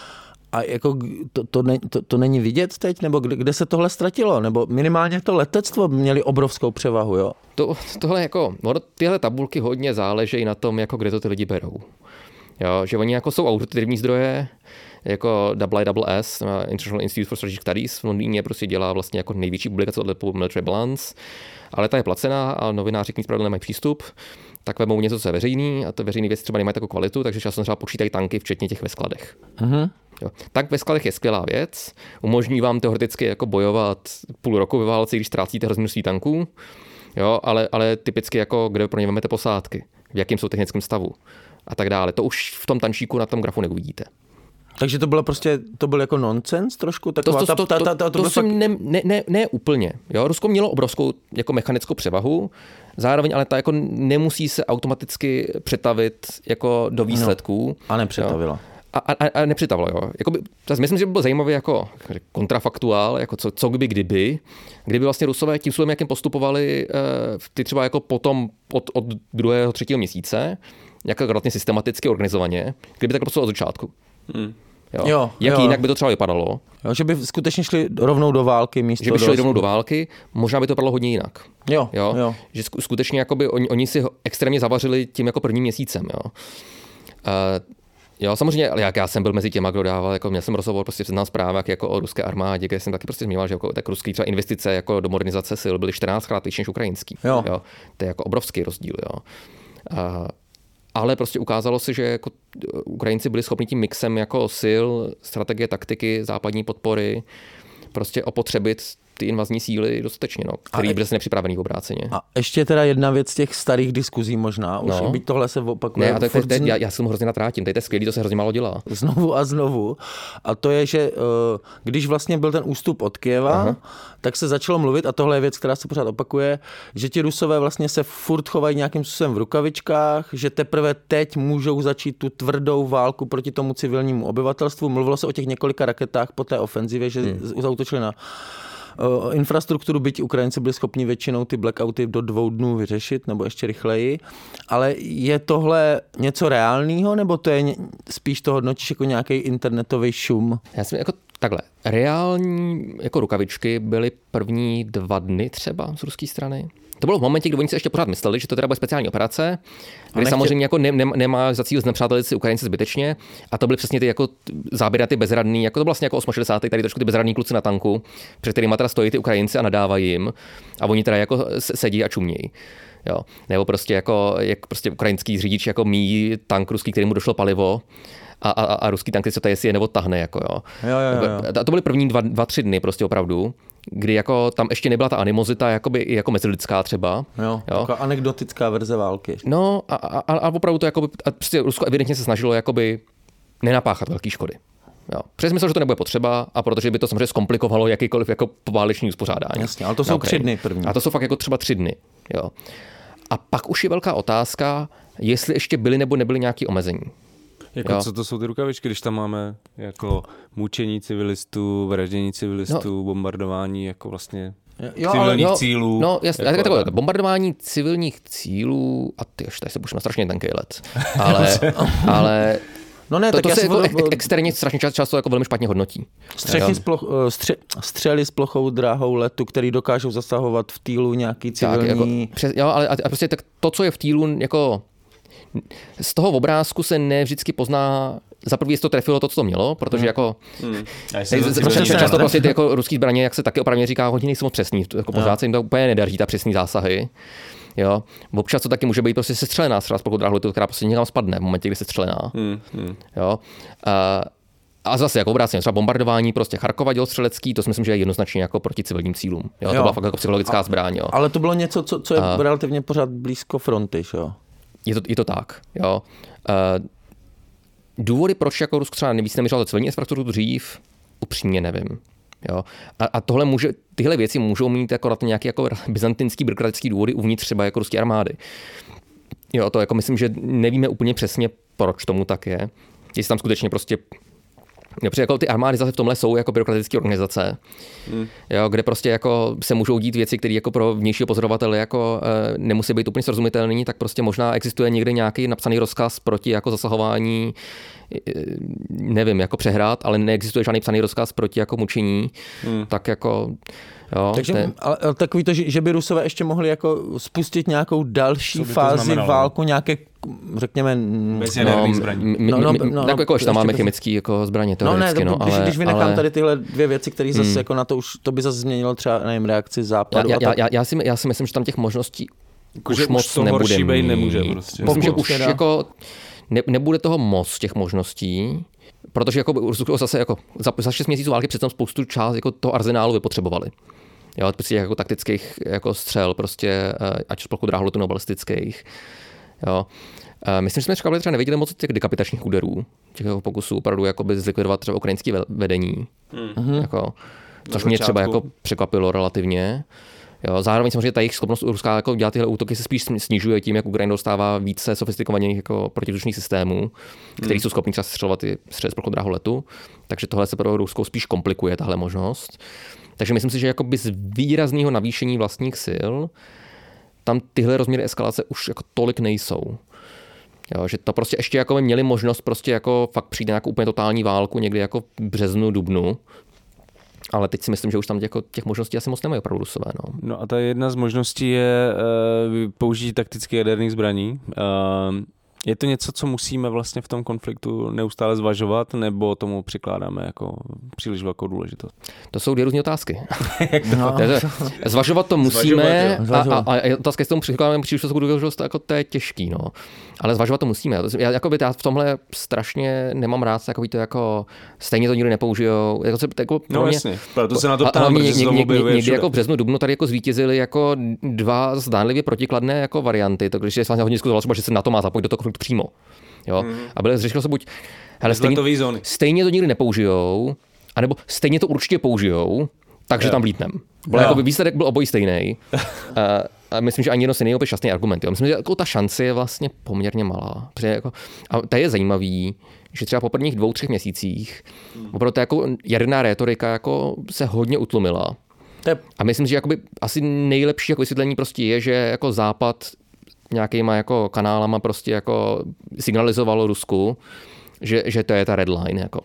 A jako to, to, ne, to, to není vidět teď? Nebo kde, kde se tohle ztratilo? Nebo minimálně to letectvo měli obrovskou převahu, jo? To, tohle jako, tyhle tabulky hodně záleží na tom, jako kde to ty lidi berou. Jo, že oni jako jsou autoritativní zdroje, jako A A A S, International Institute for Strategic Studies v Londýně prostě dělá vlastně jako největší publikace od Military Balance, ale ta je placená a novináři k ní spravedlivě nemají přístup, tak vemou něco, co je veřejný a to veřejné věci třeba nemají takovou kvalitu, takže často třeba počítají tanky, včetně těch ve skladech. Uh-huh. Jo. Tank ve skladech je skvělá věc, umožní vám teoreticky jako bojovat půl roku ve válce, když ztrácíte hrozně množství tanků, jo, ale, ale typicky jako kde pro ně vezmete posádky, v jakém jsou technickém stavu a tak dále. To už v tom tančíku na tom grafu neuvidíte. Takže to bylo prostě, to byl jako nonsens trošku? Taková to, to, to, ta, ta, ta, ta, to, to, to fakt... ne, ne, ne, ne úplně. Jo? Rusko mělo obrovskou jako mechanickou převahu, zároveň ale ta jako nemusí se automaticky přetavit jako do výsledků. No, a nepřetavila. A, a, a nepřetavilo, jo. Jakoby, myslím, že by bylo zajímavé jako kontrafaktuál, jako co, co by kdyby, kdyby vlastně Rusové tím způsobem, jakým postupovali ty třeba jako potom od, od druhého, třetího měsíce, jako relativně systematicky, organizovaně, kdyby tak prostě od začátku. Hmm. Jo. Jo, Jak jo. jinak by to třeba vypadalo? Jo, že by skutečně šli rovnou do války místo Že by šli do... rovnou do války, možná by to vypadalo hodně jinak. Jo, jo? jo. Že skutečně jakoby oni, oni si extrémně zavařili tím jako prvním měsícem. Jo. Uh, jo, samozřejmě, ale jak já jsem byl mezi těma, kdo dával, jako měl jsem rozhovor prostě v zprávách jako o ruské armádě, kde jsem taky prostě zmiňoval, že jako, tak ruský třeba investice jako do modernizace sil byly čtrnáctkrát větší než ukrajinský. Jo. Jo. To je jako obrovský rozdíl. Jo. Uh, Ale prostě ukázalo se, že jako Ukrajinci byli schopni tím mixem jako sil, strategie, taktiky, západní podpory prostě opotřebit ty invazní síly dostatečně, no, který byly nepřipravený v obráceně. A ještě teda jedna věc z těch starých diskuzí možná, už no. byť tohle se opakuje. Ne, a to je, furt... teď, já, já se mu hrozně natrátím, teď to je skvělý, to se hrozně málo dělá. Znovu a znovu. A to je, že když vlastně byl ten ústup od Kyjeva, Aha. tak se začalo mluvit, a tohle je věc, která se pořád opakuje, že ti Rusové vlastně se furt chovají nějakým způsobem v rukavičkách, že teprve teď můžou začít tu tvrdou válku proti tomu civilnímu obyvatelstvu. Mluvilo se o těch několika raketách po té ofenzivě, že hmm. zautočili na infrastrukturu, byť Ukrajinci byli schopni většinou ty blackouty do dvou dnů vyřešit, nebo ještě rychleji. Ale je tohle něco reálného, nebo to je spíš to hodnotíš jako nějaký internetový šum? Já si jako takhle, reální jako rukavičky byly první dva dny třeba z ruské strany. To bylo v momentě, kdy oni si ještě pořád mysleli, že to teda bude speciální operace, kde samozřejmě jako ne, ne, nemá za cíl znepřátelit si Ukrajince zbytečně. A to byly přesně ty jako záběry na ty bezradný, jako to vlastně jako šedesátých tady trošku ty bezradní kluci na tanku, před kterými teda stojí ty Ukrajinci a nadávají jim. A oni teda jako sedí a čumějí. Jo. Nebo prostě jako jak prostě ukrajinský řidič jako míjí tank ruský, kterému došlo palivo. A, a, a ruský tank se tady jestli je nebo tahne. Jako, jo. Jo, jo, jo. A to byly první dva, dva, tři dny prostě opravdu, kdy jako tam ještě nebyla ta animozita jakoby i jako mezilidská třeba. Jo, jo. Taková anekdotická verze války. No a, a, a opravdu to jakoby, a prostě Rusko evidentně se snažilo jakoby nenapáchat velký škody. Jo. Protože myslel, že to nebude potřeba a protože by to samozřejmě zkomplikovalo jakýkoliv jako váleční uspořádání. Jasně, ale to jsou tři dny první. A to jsou fakt jako třeba tři dny. Jo. A pak už je velká otázka, jestli ještě byly nebo nebyly nějaké omezení. Jako jo. Co to jsou ty rukavičky, když tam máme jako mučení civilistů, vraždění civilistů, no. bombardování jako vlastně jo, civilních ale, cílů. No jasně, jako, takové, tak, bombardování civilních cílů, a ty, tady se bušme strašně tenký let, ale, ale no ne, to, tak to já se si jako to, externě strašně často jako velmi špatně hodnotí. Střechy s ploch, stře, střely s plochou dráhou letu, který dokážou zasahovat v týlu nějaký civilní... Tak, jako, přes, jo, ale a prostě tak to, co je v týlu jako... Z toho obrázku se ne vždycky pozná, za první to trefilo to, co to mělo, protože hmm. jako hmm. často prostě ty jako ruský zbraně, jak se taky opravdu říká, hodně nejsou moc přesný, jako pořád se jim to úplně nedaří, ta přesný zásahy. Jo. Občas to taky může být prostě sestřelená střela z plochou dráhu letu, která prostě někam spadne v momentě, kdy se střelená. Hmm. Hmm. Jo. A, a zase jako obráceně, třeba bombardování prostě Charkova dělostřelecký, to si myslím, že je jednoznačně jako proti civilním cílům. Jo. Jo. To byla fakt jako psychologická a, zbraň. Jo. Ale to bylo něco, co, co je a, relativně pořád blízko fronty, jo. Je to, je to tak, jo. Uh, důvody, proč jako Rusko třeba nejvíc nemířilo civilní infrastrukturu dřív, upřímně nevím. Jo. A, a tohle může, tyhle věci můžou mít jako nějaké jako byzantinský byrokratický důvody uvnitř třeba jako ruské armády. Jo, to jako myslím, že nevíme úplně přesně, proč tomu tak je. Jestli tam skutečně prostě Protože jako ty armády zase v tomhle jsou jako byrokratické organizace, hmm. jo, kde prostě jako se můžou dít věci, které jako pro vnějšího pozorovatele jako e, nemusí být úplně srozumitelný, tak prostě možná existuje někde nějaký napsaný rozkaz proti jako zasahování, e, nevím, jako přehrát, ale neexistuje žádný psaný rozkaz proti jako mučení, hmm. tak jako... Jo, takže te... ale, ale takový to, že, že by Rusové ještě mohli jako spustit nějakou další fázi válku, nějaké, řekněme... Bez jaderných zbraní. No, no, no, no, tak jako už tam máme bez... chemický jako zbraně teoreticky. No ne, no, když, ale, když vynechám ale... tady tyhle dvě věci, které zase hmm. jako na to už, to by zase změnilo třeba, nevím, reakci západu. Já, a já, tak... já, já, si, já si myslím, že tam těch možností jako, už moc už nebude mít. Nemůže prostě. Myslím, že už jako ne, nebude toho moc těch možností, protože jako Rusko zase jako za, za šest měsíců války přece spoustu část jako toho arzenálu vypotřebovali. Jo, prostě jako taktických jako střel, prostě ať z plochu dráholetu nebo balistických. Jo. Myslím, že jsme třeba, třeba neviděli moc těch dekapitačních úderů, těch pokusů opravdu jakoby zlikvidovat třeba ukrajinské vedení. Hmm. Jako, což mě třeba jako překvapilo relativně. Jo, zároveň samozřejmě ta jejich schopnost ruská jako dělat tyhle útoky se spíš snižuje tím, jak Ukrajina dostává více sofistikovaných jako protivzdušných systémů, který hmm. jsou schopni třeba střelovat i střely z plochu dráholetu. Takže tohle se pro Ruskou spíš komplikuje, tahle možnost. Takže myslím si, že jako bez výrazného navýšení vlastních sil tam tyhle rozměry eskalace už jako tolik nejsou. Jo, že to prostě ještě jako by měli možnost prostě jako fakt přijít na nějakou úplně totální válku někdy jako v březnu, dubnu. Ale teď si myslím, že už tam jako těch možností asi moc nemají opravdu Rusové. No. no a ta jedna z možností je uh, použití takticky jaderných zbraní. Uh, Je to něco, co musíme vlastně v tom konfliktu neustále zvažovat, nebo tomu přikládáme jako příliš velkou důležitost? To jsou dvě různé otázky. no. Zvažovat to musíme zvažovat, a, a, a otázka, jestli tomu přikládáme příliš velkou důležitost, jako to je těžký, no. Ale zvažovat to musíme. Já, jakoby, já v tomhle strašně nemám rád takový to jako stejně to nikdy nepoužijou. Jako, jako, no mě, jasně, proto se na to ptám, protože se to objevuje někdy jako v březnu, dubnu tady jako zvítězili jako dva zdánlivě protikladné jako varianty, takže je vlastně hodně diskutoval třeba, že se na to má zapojit do toho přímo. Jo? Mm. A bylo řešilo se buď hele, stejně, stejně to nikdy nepoužijou, anebo stejně to určitě použijou, takže jo. tam vlítnem. Bylo jako výsledek byl obojí stejný. a, a myslím, že ani jedno se nejde opět šťastný argument. Jo? Myslím, že jako ta šance je vlastně poměrně malá. Jako, a to je zajímavý, že třeba po prvních dvou, třech měsících mm. opravdu ta jako jaderná rétorika jako se hodně utlumila. A myslím, že jakoby asi nejlepší jako vysvětlení prostě je, že jako Západ nějakýma jako kanálama prostě jako signalizovalo Rusku, že, že to je ta red line. Jako.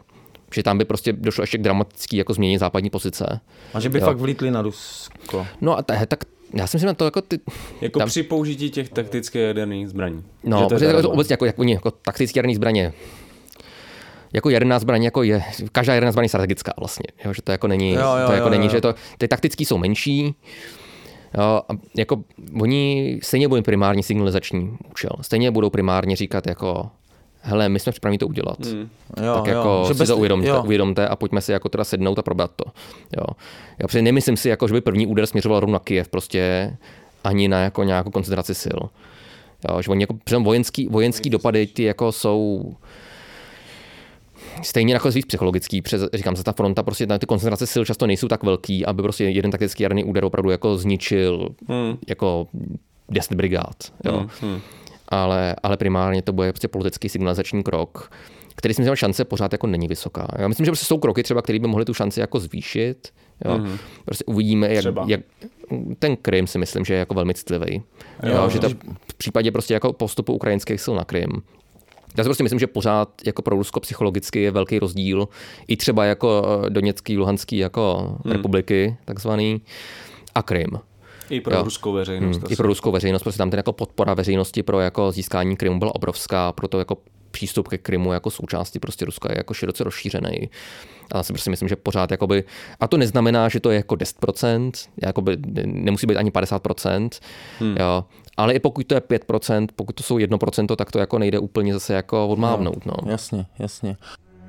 Že tam by prostě došlo ještě k dramatický jako změně západní pozice. A že by jo. fakt vlítli na Rusko. No a t- tak já si myslím, že to jako ty... Jako tam... při použití těch taktických jaderných zbraní. No, protože to obecně jako, jako, jako taktické jaderné zbraně. Jako jaderná zbraň jako je, každá jaderná zbraň je strategická vlastně, jo, že to jako není, jo, jo, to jako jo, není, jo. že to, ty taktický jsou menší, jo, a jako oni stejně budou primární signalizační účel, stejně budou primárně říkat jako, hele, my jsme připraveni to udělat, hmm. jo, tak jako jo, si bez... to uvědomte, uvědomte a pojďme si jako teda sednout a probrat to, jo. Já protože nemyslím si, jako, že by první úder směřoval rovnou na Kyjev prostě, ani na jako nějakou koncentraci sil, jo, že oni jako vojenský, vojenský dopady ty jako jsou stejně jako víc psychologický, přes, říkám se, ta fronta, prostě ty koncentrace sil často nejsou tak velký, aby prostě jeden taktický jaderný úder opravdu jako zničil hmm. jako deset brigád, jo. Hmm. Ale, ale primárně to bude prostě politický signalizační krok, který si myslím, že šance pořád jako není vysoká. Já myslím, že prostě jsou kroky třeba, které by mohly tu šanci jako zvýšit, jo. Hmm. Prostě uvidíme, jak, jak ten Krym si myslím, že je jako velmi citlivý. Jo, jo, že to v případě prostě jako postupu ukrajinských sil na Krym. Já si prostě myslím, že pořád jako pro Rusko psychologicky je velký rozdíl i třeba jako Doněcký, Luhanský jako hmm. republiky takzvaný a Krym. I pro jo. ruskou veřejnost. Hmm. I pro ruskou veřejnost, protože tam ten jako podpora veřejnosti pro jako získání Krymu byla obrovská, proto jako přístup ke Krymu jako součástí prostě Ruska je jako široce rozšířený. A já si prostě myslím, že pořád jakoby, a to neznamená, že to je jako deset procent, jakoby nemusí být ani padesát procent, hmm. jo. Ale i pokud to je pět procent, pokud to jsou jedno procento, tak to jako nejde úplně zase jako odmávnout. No. Jasně, jasně.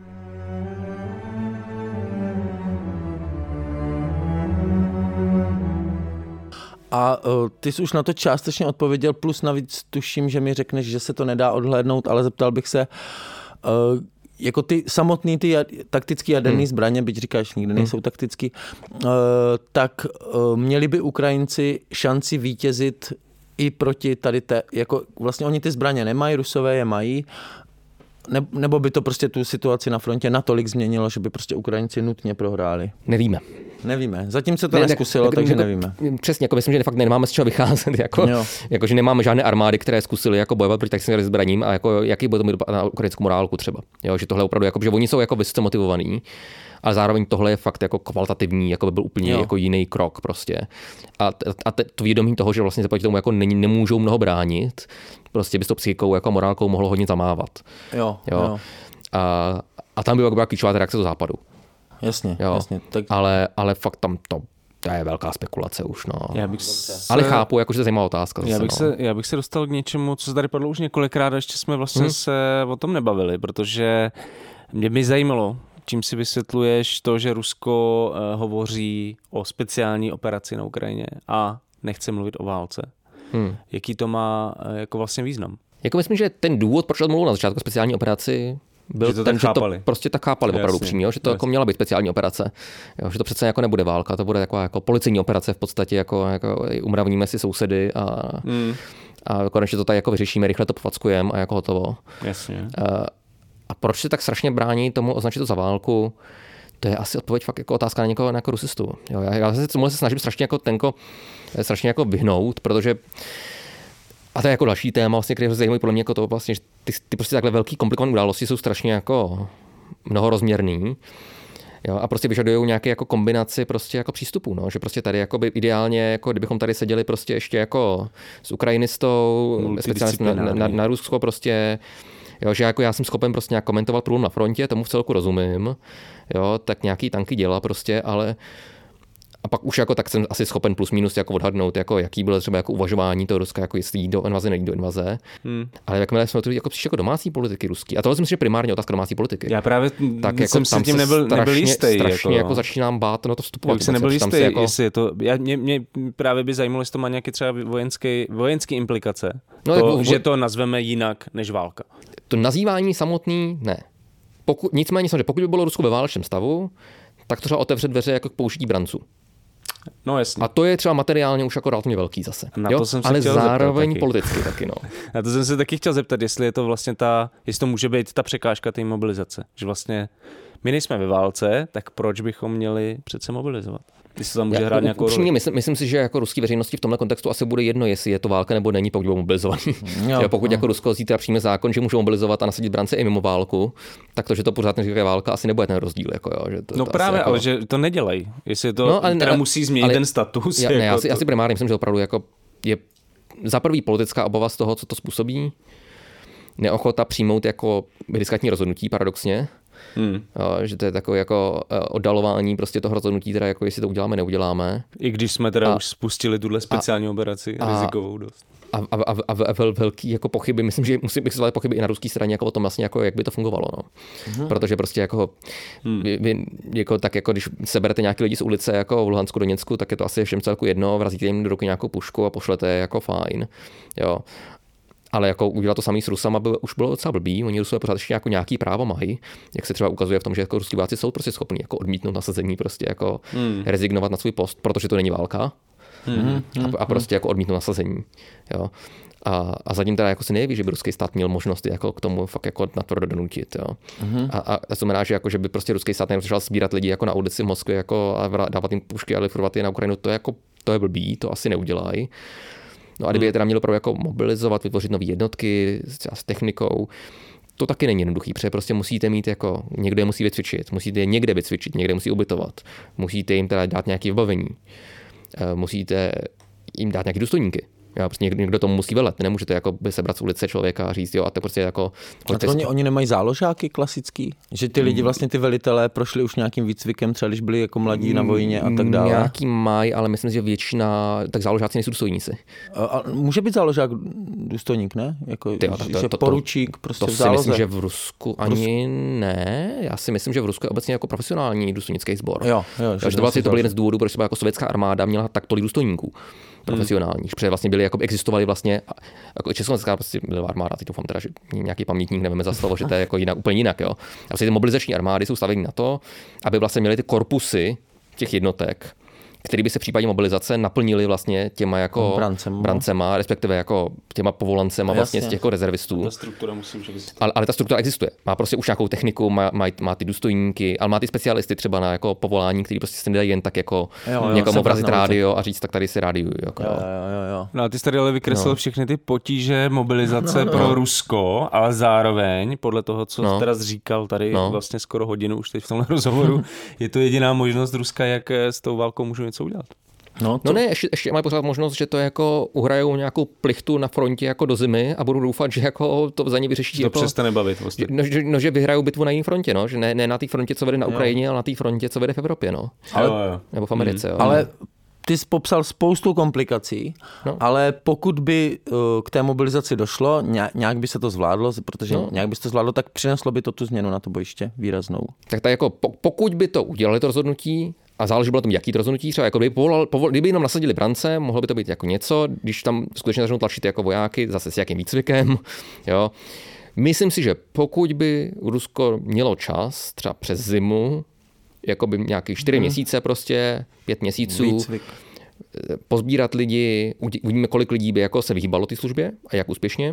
A uh, ty jsi už na to částečně odpověděl, plus navíc tuším, že mi řekneš, že se to nedá odhlédnout, ale zeptal bych se, uh, jako ty samotný ty taktický jaderný hmm. zbraně, byť říkáš, nikdy nejsou hmm. taktický, uh, tak uh, měli by Ukrajinci šanci vítězit i proti tady té, jako vlastně oni ty zbraně nemají, Rusové je mají, ne, nebo by to prostě tu situaci na frontě natolik změnilo, že by prostě Ukrajinci nutně prohráli? Nevíme. Nevíme. Zatím se to ne, neskusilo, tak, takže to, nevíme. Přesně, jako myslím, že fakt nemáme z čeho vycházet. Jako, jako, že nemáme žádné armády, které zkusily jako bojovat proti taktickým zbraním a jako, jaký bude to mít dopad na ukrajinskou morálku třeba. Jo, že tohle opravdu, jako, že oni jsou jako vysoce motivovaní, ale zároveň tohle je fakt jako kvalitativní, jako by byl úplně jako jiný krok prostě. A, a to vědomí toho, že vlastně se proti tomu jako není, nemůžou mnoho bránit, prostě by s tou psychikou jako morálkou mohlo hodně zamávat. Jo, jo. jo. A, a tam by byla klíčová reakce do západu. Jasně, jo. jasně. Tak... Ale, ale fakt tam to, to je velká spekulace už, no. Já bych se... Ale chápu, jakože to je zajímavá otázka. Zase, já, bych no. se, já bych se dostal k něčemu, co se tady padlo už několikrát, a ještě jsme vlastně hmm. se o tom nebavili, protože mě by zajímalo, čím si vysvětluješ to, že Rusko uh, hovoří o speciální operaci na Ukrajině a nechce mluvit o válce. Hmm. Jaký to má uh, jako vlastně význam? Jako myslím, že ten důvod, proč to mluvil na začátku speciální operaci, byl že to ten, že to prostě tak chápali opravdu přímě, že to jako měla být speciální operace, jo, že to přece jako nebude válka, to bude taková jako policejní operace v podstatě, jako, jako umravníme si sousedy a, hmm. a konečně to tady jako vyřešíme, rychle to pofackujeme a jako hotovo. Jasně. A, a proč se tak strašně brání tomu označit to za válku? To je asi odpověď fakt jako otázka na někoho jako rusistu. Jo, já, já se tomu se snažím strašně jako tenko, strašně jako vyhnout, protože a to je jako další téma, vlastně, který je zajímavý podle mě jako to vlastně, že ty, ty prostě takhle velký komplikované události jsou strašně jako mnohorozměrný. Jo, a prostě vyžadují nějaké jako kombinaci prostě jako přístupů, no, že prostě tady jako by ideálně, jako kdybychom tady seděli prostě ještě jako s ukrajinistou, speciálně na, na, na Rusko prostě, jo, že jako já jsem schopen prostě nějak komentovat průlom na frontě, tomu v celku rozumím, jo, tak nějaký tanky dělá prostě, ale a pak už jako tak jsem asi schopen plus minus jako odhadnout, jako jaký bylo třeba jako uvažování toho Ruska, jako jestli jít do invaze, nejít do invaze. Hmm. Ale jakmile jsme to jako přišli jako domácí politiky ruský. A tohle si myslím, že primárně otázka domácí politiky. Já právě tak jako jsem si tím nebyl, strašně, nebyl jistý. Strašně jako, jako začínám bát na to vstupovat. Já jsem nebyl jistý, jako... jestli je to, já, mě, mě právě by zajímalo, jestli to má nějaké třeba vojenské, vojenské implikace. No, to, jako, že to nazveme jinak než válka. To nazývání samotný ne. Pokud, nicméně samozřejmě, pokud by bylo Rusko ve válečném stavu, tak to třeba otevře dveře jako k použití branců. No jasně. A to je třeba materiálně už jako relativně velký zase. Na jo? To jsem se ale chtěl zároveň taky. politicky taky, no. Na to jsem se taky chtěl zeptat, jestli je to vlastně ta, jestli to může být ta překážka té mobilizace, že vlastně my nejsme ve válce, tak proč bychom měli přece mobilizovat? Jestli to tam může Já, hrát nějakou roli. Myslím, myslím si, že jako ruský veřejnosti v tomhle kontextu asi bude jedno, jestli je to válka nebo není, pokud budou mobilizovaný. Jo, jo, pokud no. jako Rusko zítra přijme zákon, že můžou mobilizovat a nasadit brance i mimo válku, tak to, že to pořád neříká válka, asi nebude ten rozdíl. Jako, jo, že to, no to právě, jako... ale že to nedělají. Jestli to no, ale, teda ale, musí změnit ale, ten status. Já, jako ne, já, si, to... já si primárně myslím, že opravdu jako je za prvý politická obava z toho, co to způsobí, neochota přijmout jako riskantní rozhodnutí, paradoxně. Hmm. Jo, že to je takové jako oddalování prostě toho rozhodnutí, teda jako jestli to uděláme, neuděláme. I když jsme teda a, už spustili tuhle speciální a, operaci, a, rizikovou dost. A, a, a, a, a vel, velký jako pochyby, myslím, že musím bych se pochyby i na ruské straně jako o tom vlastně, jako, jak by to fungovalo. No. Hmm. Protože prostě jako, hmm. vy, vy, jako, tak jako když seberete nějaký lidi z ulice jako v Luhansku, Doněcku, tak je to asi všem celku jedno, vrazíte jim do ruky nějakou pušku a pošlete jako fajn. Jo. Ale jako udělat to samý s Rusama by už bylo docela blbý. Oni Rusové pořád ještě jako nějaký právo mají, jak se třeba ukazuje v tom, že jako ruský vojáci jsou prostě schopní jako odmítnout nasazení, prostě jako hmm. rezignovat na svůj post, protože to není válka. Hmm. A, a prostě jako odmítnout nasazení. Jo. A, a zatím teda jako se nejeví, že by ruský stát měl možnosti jako k tomu fakt jako natvrdo donutit. Jo. Hmm. A, a to znamená, že, jako, že by prostě ruský stát nemusel sbírat lidi jako na ulici v Moskvě jako a dávat jim pušky a lifrovat je na Ukrajinu, to je jako to je blbý, to asi neudělají. No a kdyby je teda mělo jako mobilizovat, vytvořit nové jednotky s technikou, to taky není jednoduchý, protože prostě musíte mít jako, někdo je musí vycvičit, musíte je někde vycvičit, někde musí ubytovat, musíte jim teda dát nějaké vybavení, musíte jim dát nějaké důstojníky. Jo, prostě někdo, někdo tomu musí velet, nemůžete jako sebrat z ulice člověka a říct, jo, a to prostě jako... A to oni, oni nemají záložáky klasický? Že ty lidi, vlastně ty velitelé prošli už nějakým výcvikem, třeba když byli jako mladí na vojně a tak dále? Nějaký mají, ale myslím, že většina, tak záložáci nejsou důstojníci. A, a může být záložák důstojník, ne? Jako, Tyjo, to, že to, poručík prostě to v záloze. To si myslím, že v Rusku ani ne. Já si myslím, že v Rusku je obecně jako profesionální důstojnický sbor. Jo, jo, že to vlastně to byl jeden z důvodů, proč třeba jako sovětská armáda měla tak tolik důstojníků profesionálních, hmm. protože vlastně byli, jako existovali vlastně, jako československá prostě byla armáda, teď doufám teda, že nějaký pamětník nevíme za slovo, že to je jako jinak, úplně jinak, jo. A vlastně ty mobilizační armády jsou stavěny na to, aby vlastně měly ty korpusy těch jednotek, který by se v případě mobilizace naplnili vlastně těma jako brancema, brancema respektive jako těma povolancema vlastně z těch jako rezervistů. Ta struktura musí už existovat. Ale, ale ta struktura existuje. Má prostě už nějakou techniku, má, má, má ty důstojníky, ale má ty specialisty třeba na jako povolání, který prostě se nedají jen tak jako jo, jo, někomu obrazit rádio a říct, tak tady si rádiu. Jako, jo, jo, jo. No a ty jsi tady ale vykreslil no. všechny ty potíže mobilizace no, no. pro Rusko, ale zároveň podle toho, co no. jsi teraz říkal tady no. vlastně skoro hodinu už teď v tomhle rozhovoru, je to jediná možnost Ruska, jak s tou válkou můžou něco udělat. No, to... no ne, ještě, ještě mají pořád možnost, že to jako uhrajou nějakou plichtu na frontě jako do zimy a budou doufat, že jako to za ně vyřeší. To jako, přestane bavit vlastně. No, že, no, že vyhrajou bitvu na jiné frontě, no, že ne, ne na té frontě, co vede na Ukrajině, jo. ale na té frontě, co vede v Evropě, no. Ale, jo, jo. Nebo v Americe, hmm. jo. Ale ty jsi popsal spoustu komplikací, no. ale pokud by uh, k té mobilizaci došlo, nějak by se to zvládlo, protože no. nějak by se to zvládlo, tak přineslo by to tu změnu na to bojiště výraznou. Tak to jako, pokud by to udělali to rozhodnutí, a záleží bylo tom, jaký to rozhodnutí, třeba jako kdyby, povolal, povol, kdyby jenom nasadili brance, mohlo by to být jako něco, když tam skutečně začnou tlačit jako vojáky, zase s jakým výcvikem, jo. Myslím si, že pokud by Rusko mělo čas, třeba přes zimu, jako by nějaký čtyři hmm. měsíce prostě, pět měsíců, výcvik. Pozbírat lidi, uvidíme, kolik lidí by jako se vyhýbalo té službě a jak úspěšně.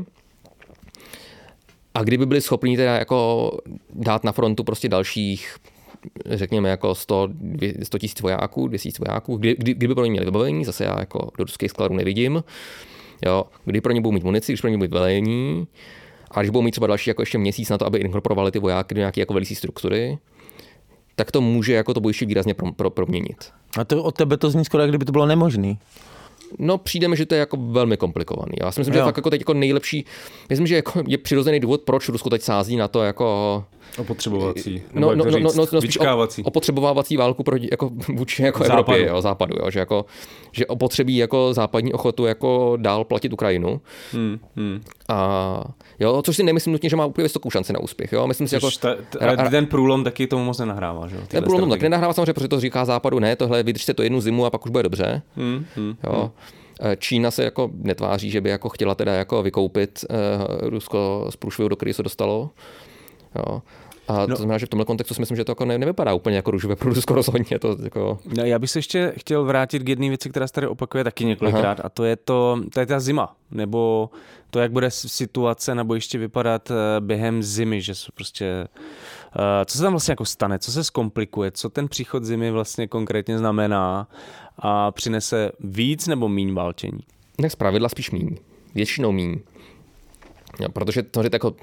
A kdyby byli schopni teda jako dát na frontu prostě dalších řekněme jako sto tisíc vojáků, dvě stě tisíc vojáků, kdy, kdy, kdyby pro ně měli vybavení, zase já jako do ruských skladů nevidím, jo, kdy pro ně budou mít munici, když pro ně budou mít velení, a když budou mít třeba další jako ještě měsíc na to, aby inkorporovali ty vojáky do nějaké jako velicí struktury, tak to může jako to bojiště výrazně pro, pro, proměnit. A to od tebe to zní skoro, jak kdyby to bylo nemožné. No, přijde mi, že to je jako velmi komplikovaný. Já si myslím, jo. že je fakt jako teď jako nejlepší. Myslím, že jako je přirozený důvod, proč Rusko teď sází na to jako opotřebovací, no, no, no, no, no, vyčkávací. Opotřebovávací válku proti jako vůči jako Evropě, jo, západu, jo, že jako že opotřebí jako západní ochotu jako dál platit Ukrajinu. Hmm, hmm. A jo, což si nemyslím nutně, že má úplně vysokou šanci na úspěch, jo. Myslím si jako ta, ta, ra, ten průlom taky tomu moc nenahrává, že jo. Ten průlom taky nenahrává samozřejmě, protože to říká západu, ne, tohle vydržte to jednu zimu a pak už bude dobře. Hmm, hmm, jo. Hmm. Čína se jako netváří, že by jako chtěla teda jako vykoupit uh, Rusko z průšvihu, do kterého se dostalo. Jo. A to no. znamená, že v tomhle kontextu si myslím, že to jako ne, nevypadá úplně jako růžové pro Rusko rozhodně. To jako... no, já bych se ještě chtěl vrátit k jedné věci, která se tady opakuje taky několikrát, Aha. a to je, to, to je ta zima, nebo to, jak bude situace na bojišti vypadat během zimy, že jsou prostě... Co se tam vlastně jako stane, co se zkomplikuje, co ten příchod zimy vlastně konkrétně znamená a přinese víc nebo míň válčení? Tak zpravidla spíš míň, většinou míň. No, protože to je jako...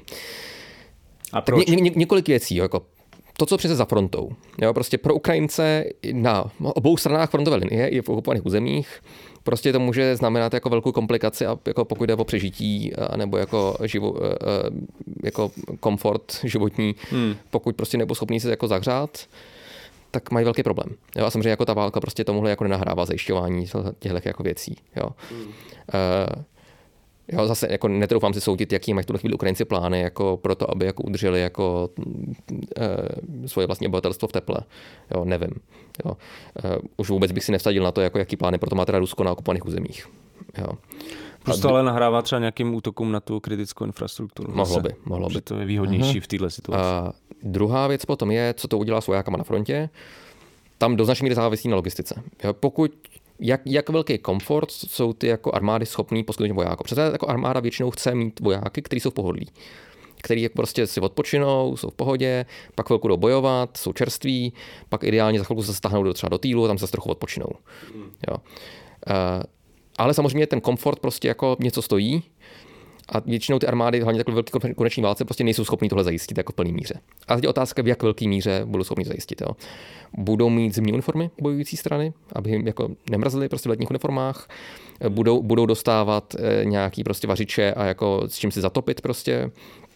A proč? Ně, ně, několik věcí, jo, jako to, co přece za frontou. Jo, prostě pro Ukrajince na obou stranách frontové linie i v okupovaných územích prostě to může znamenat jako velkou komplikaci, a jako pokud jde o přežití nebo jako, živo, jako komfort životní, hmm. pokud prostě nebudou schopní se jako zahřát, tak mají velký problém. Jo, a samozřejmě jako ta válka prostě tomuhle jako nenahrává zajišťování těchto jako věcí. Jo. Hmm. Uh, Jo, zase jako netroufám si soudit, jaký mají v tuhle chvíli Ukrajinci plány jako pro to, aby jako udrželi jako e, svoje vlastní obyvatelstvo v teple. Jo, nevím. Jo. E, už vůbec bych si nevsadil na to, jako jaký plány proto má teda Rusko na okupovaných územích. Jo. Prostě ale nahrává třeba nějakým útokům na tu kritickou infrastrukturu. Mohlo by, mohlo by. Že to je výhodnější uh-huh. v této situaci. A druhá věc potom je, co to udělá s vojákama na frontě. Tam do značné míry závisí na logistice. Jo, pokud Jak, jak velký komfort jsou ty jako armády schopný poskytnout vojákům. Protože jako armáda většinou chce mít vojáky, kteří jsou v pohodlí. Který prostě si odpočinou, jsou v pohodě, pak chvilku jdou bojovat, jsou čerství, pak ideálně za chvilku se stáhnou do, třeba do týlu a tam se trochu odpočinou. Jo. Uh, ale samozřejmě ten komfort prostě jako něco stojí a většinou ty armády, hlavně takové velké koneční válce, prostě nejsou schopní tohle zajistit jako v plný míře. A teď je otázka, v jak velké míře budou schopni zajistit. Jo. Budou mít zimní uniformy bojující strany, aby jim jako nemrzly prostě v letních uniformách. Budou, budou dostávat e, nějaký prostě vařiče a jako s čím si zatopit prostě.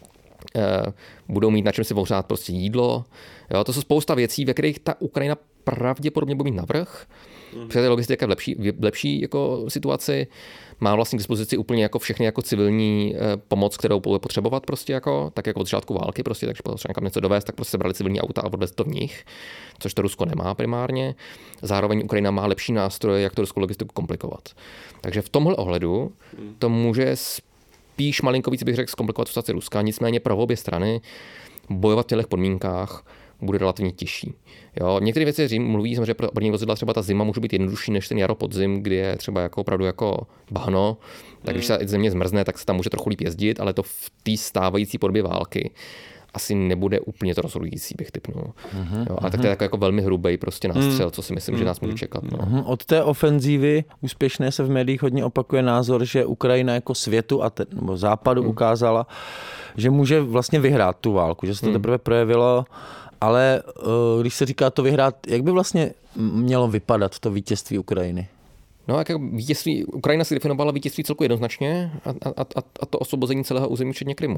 E, budou mít na čem si ohřát prostě jídlo. Jo, to jsou spousta věcí, ve kterých ta Ukrajina pravděpodobně bude mít navrch. Mm. Protože logistika je v lepší, v lepší jako situaci. Má vlastně k dispozici úplně jako všechny jako civilní e, pomoc, kterou bude potřebovat prostě jako, tak jako od začátku války prostě, takže potřeba někam něco dovést, tak prostě sebrali civilní auta a odvezli to v nich, což to Rusko nemá primárně. Zároveň Ukrajina má lepší nástroje, jak to ruskou logistiku komplikovat. Takže v tomhle ohledu to může spíš malinko víc, bych řekl, zkomplikovat situaci Ruska, nicméně pro obě strany bojovat v těchto podmínkách bude relativně těžší. Jo, některé věci Řím mluví, že pro obrnění vozidla třeba ta zima může být jednodušší než ten jaro podzim, kdy je třeba jako opravdu jako bahno, tak když se země zmrzne, tak se tam může trochu líp jezdit, ale to v té stávající podobě války asi nebude úplně to rozhodující, bych tipnul. Uh-huh, jo, a uh-huh. tak to je jako, jako velmi hrubý prostě nástřel, co si myslím, uh-huh. že nás může čekat. No. Uh-huh. Od té ofenzívy úspěšné se v médiích hodně opakuje názor, že Ukrajina jako světu a te, nebo západu uh-huh. ukázala, že může vlastně vyhrát tu válku, že se to uh-huh. teprve projevilo. Ale když se říká to vyhrát, jak by vlastně mělo vypadat to vítězství Ukrajiny? No, jak vítězství, Ukrajina si definovala vítězství celku jednoznačně a, a, a, a to osvobození celého území včetně Krymu.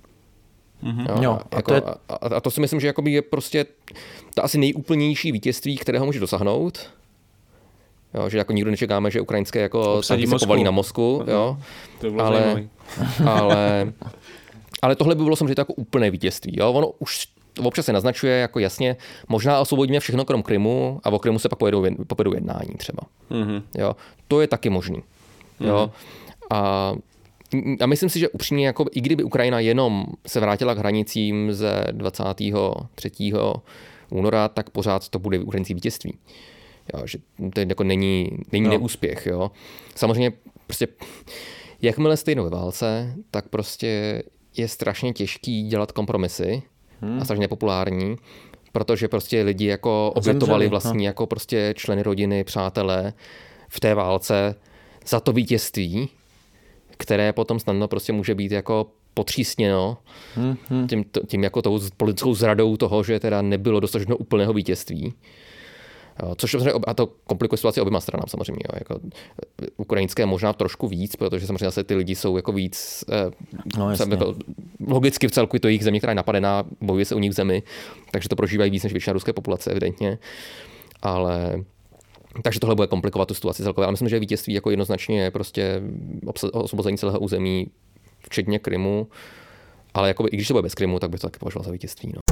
Mm-hmm. Jo, a, jako, to je... a, a to si myslím, že je prostě to asi nejúplnější vítězství, kterého může dosáhnout. Jo, že jako nikdo nečekáme, že ukrajinské jako tanky se povalí na Moskvu. Jo. To bylo ale, ale, ale tohle by bylo samozřejmě jako úplné vítězství. Jo. Ono už občas se naznačuje jako jasně, možná osvobodíme všechno krom Krymu a o Krymu se pak pojedou, pojedou jednání třeba. Mm-hmm. Jo, to je taky možný. Jo. Mm-hmm. A, a myslím si, že upřímně, jako, i kdyby Ukrajina jenom se vrátila k hranicím ze dvacátého třetího února, tak pořád to bude ukrajinské vítězství. Jo, že to jako není, není no. neúspěch. Jo. Samozřejmě prostě, jakmile jste jednou ve válce, tak prostě je strašně těžký dělat kompromisy, Hmm. a strašně nepopulární, protože prostě lidi jako obětovali vlastní no. jako prostě členy rodiny, přátelé v té válce za to vítězství, které potom snadno prostě může být jako potřísněno hmm. tím, tím jako tou politickou zradou toho, že teda nebylo dosaženo úplného vítězství. Což a to komplikuje situaci oběma stranám samozřejmě. Jo. Jako, ukrajinské možná trošku víc, protože samozřejmě zase ty lidi jsou jako víc no, jako, logicky v celku to jejich země, která je napadená, bojuje se u nich v zemi, takže to prožívají víc než většina ruské populace evidentně. Ale takže tohle bude komplikovat tu situaci celkově. Ale myslím, že vítězství jako jednoznačně prostě osvobození celého území, včetně Krymu, ale jako, i když to bude bez Krymu, tak by to taky považoval za vítězství. No.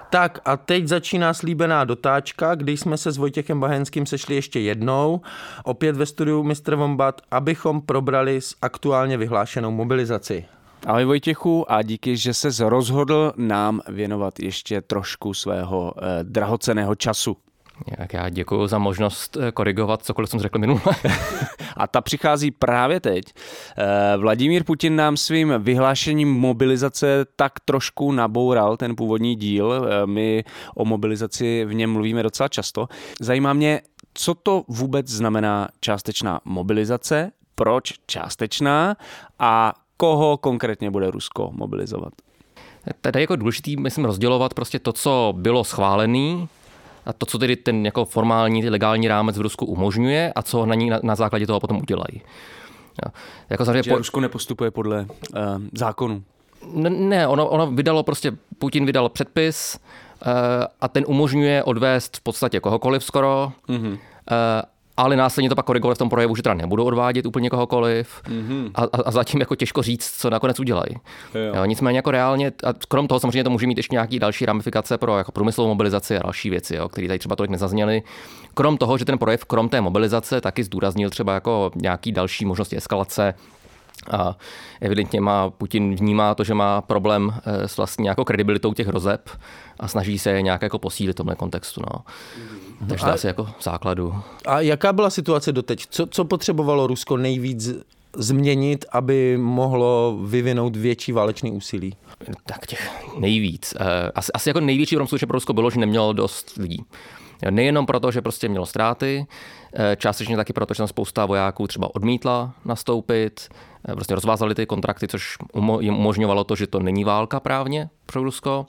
Tak a teď začíná slíbená dotáčka, když jsme se s Vojtěchem Bahenským sešli ještě jednou, opět ve studiu mister Vombat, abychom probrali s aktuálně vyhlášenou mobilizaci. Ahoj Vojtěchu a díky, že ses rozhodl nám věnovat ještě trošku svého eh, drahocenného času. Jak já děkuji za možnost korigovat cokoliv jsem řekl minule. A ta přichází právě teď. Vladimír Putin nám svým vyhlášením mobilizace tak trošku naboural ten původní díl. My o mobilizaci v něm mluvíme docela často. Zajímá mě, co to vůbec znamená částečná mobilizace, proč částečná a koho konkrétně bude Rusko mobilizovat? Tady jako důležitý, myslím, rozdělovat prostě to, co bylo schválený, a to, co tedy ten jako formální, legální rámec v Rusku umožňuje a co na ní na, na základě toho potom udělají. Jo. Jako že po... Rusko nepostupuje podle uh, zákonu. Ne, ne ono, ono vydalo prostě, Putin vydal předpis uh, a ten umožňuje odvést v podstatě kohokoliv skoro, mm-hmm. uh, ale následně to pak korigovali v tom projevu, že teda nebudou odvádět úplně kohokoliv mm-hmm. a, a zatím jako těžko říct, co nakonec udělají. Jo. Jo, nicméně jako reálně, a krom toho samozřejmě to může mít ještě nějaký další ramifikace pro jako průmyslovou mobilizaci a další věci, jo, které tady třeba tolik nezazněly. Krom toho, že ten projev, krom té mobilizace, taky zdůraznil třeba jako nějaký další možnosti eskalace. A evidentně má Putin vnímá to, že má problém s vlastní nějakou kredibilitou těch hrozeb a snaží se je nějak jako posílit v tomhle kontextu. No. Mm. Takže to asi jako základu. A jaká byla situace doteď? Co, co potřebovalo Rusko nejvíc změnit, aby mohlo vyvinout větší válečný úsilí? Tak těch nejvíc. Asi, asi jako největší problém pro Rusko bylo, že nemělo dost lidí. Nejenom proto, že prostě mělo ztráty, částečně taky proto, že tam spousta vojáků třeba odmítla nastoupit, prostě rozvázali ty kontrakty, což jim umožňovalo to, že to není válka právně pro Rusko.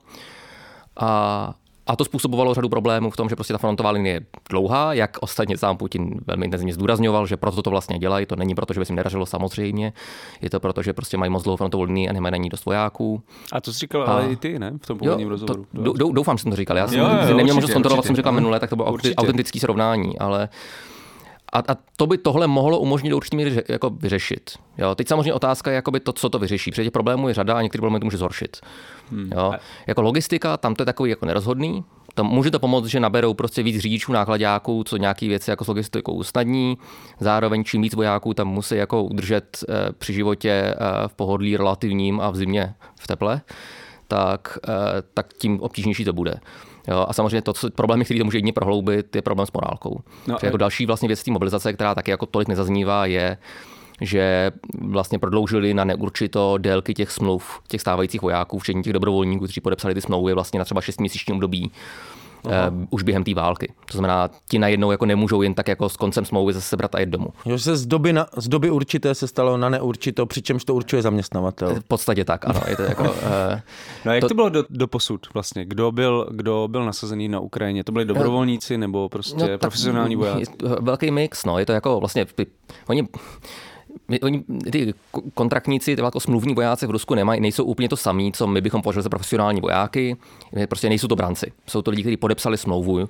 A, a to způsobovalo řadu problémů v tom, že prostě ta frontová linie je dlouhá, jak ostatně sám Putin velmi intenzivně zdůrazňoval, že proto to vlastně dělají. To není proto, že by se jim nedařilo samozřejmě, je to proto, že prostě mají moc dlouhou frontovou linii a nemají na ní dost vojáků. A to jsi říkal a... ale i ty, ne? V tom původním rozhovoru. To, dou, doufám, že jsem to říkal. Já jsem jo, jo, neměl možnost kontrolovat, co jsem říkal minule, tak to bylo určitě autentické srovnání, ale A, a to by tohle mohlo umožnit do určitý míry jako vyřešit. Jo, teď samozřejmě otázka je jakoby to, co to vyřeší. Protože těch problémů je řada a některé problémy to může zhoršit. Hmm. Jo, jako logistika, tam to je takový jako nerozhodný. Tam může to pomoct, že naberou prostě víc řidičů, nákladáků, co nějaké věci jako s logistikou usnadní. Zároveň čím víc vojáků tam musí jako udržet e, při životě e, v pohodlí relativním a v zimě v teple, tak, e, tak tím obtížnější to bude. Jo, a samozřejmě to, co, problémy, který to může jedině prohloubit, je problém s morálkou. No, jako další vlastně věc té mobilizace, která taky jako tolik nezaznívá, je, že vlastně prodloužili na neurčito délky těch smluv těch stávajících vojáků, včetně těch dobrovolníků, kteří podepsali ty smlouvy vlastně na třeba šestiměsíční období. Uh, už během té války. To znamená, ti najednou jako nemůžou jen tak jako s koncem smlouvy zase sebrat a jet domů. Jo, se z doby, na, z doby určité se stalo na neurčito, přičemž to určuje zaměstnavatel. V podstatě tak, ano. Je to jako, uh, no a jak to, to bylo do, do posud vlastně? Kdo byl, kdo byl nasazený na Ukrajině? To byli dobrovolníci nebo prostě no, profesionální vojáci? Velký mix, no. Je to jako vlastně, oni... Oni, ty kontraktníci, ty jako smluvní vojáci v Rusku nemají, nejsou úplně to samý, co my bychom považovali za profesionální vojáky. Prostě nejsou to branci. Jsou to lidi, kteří podepsali smlouvu.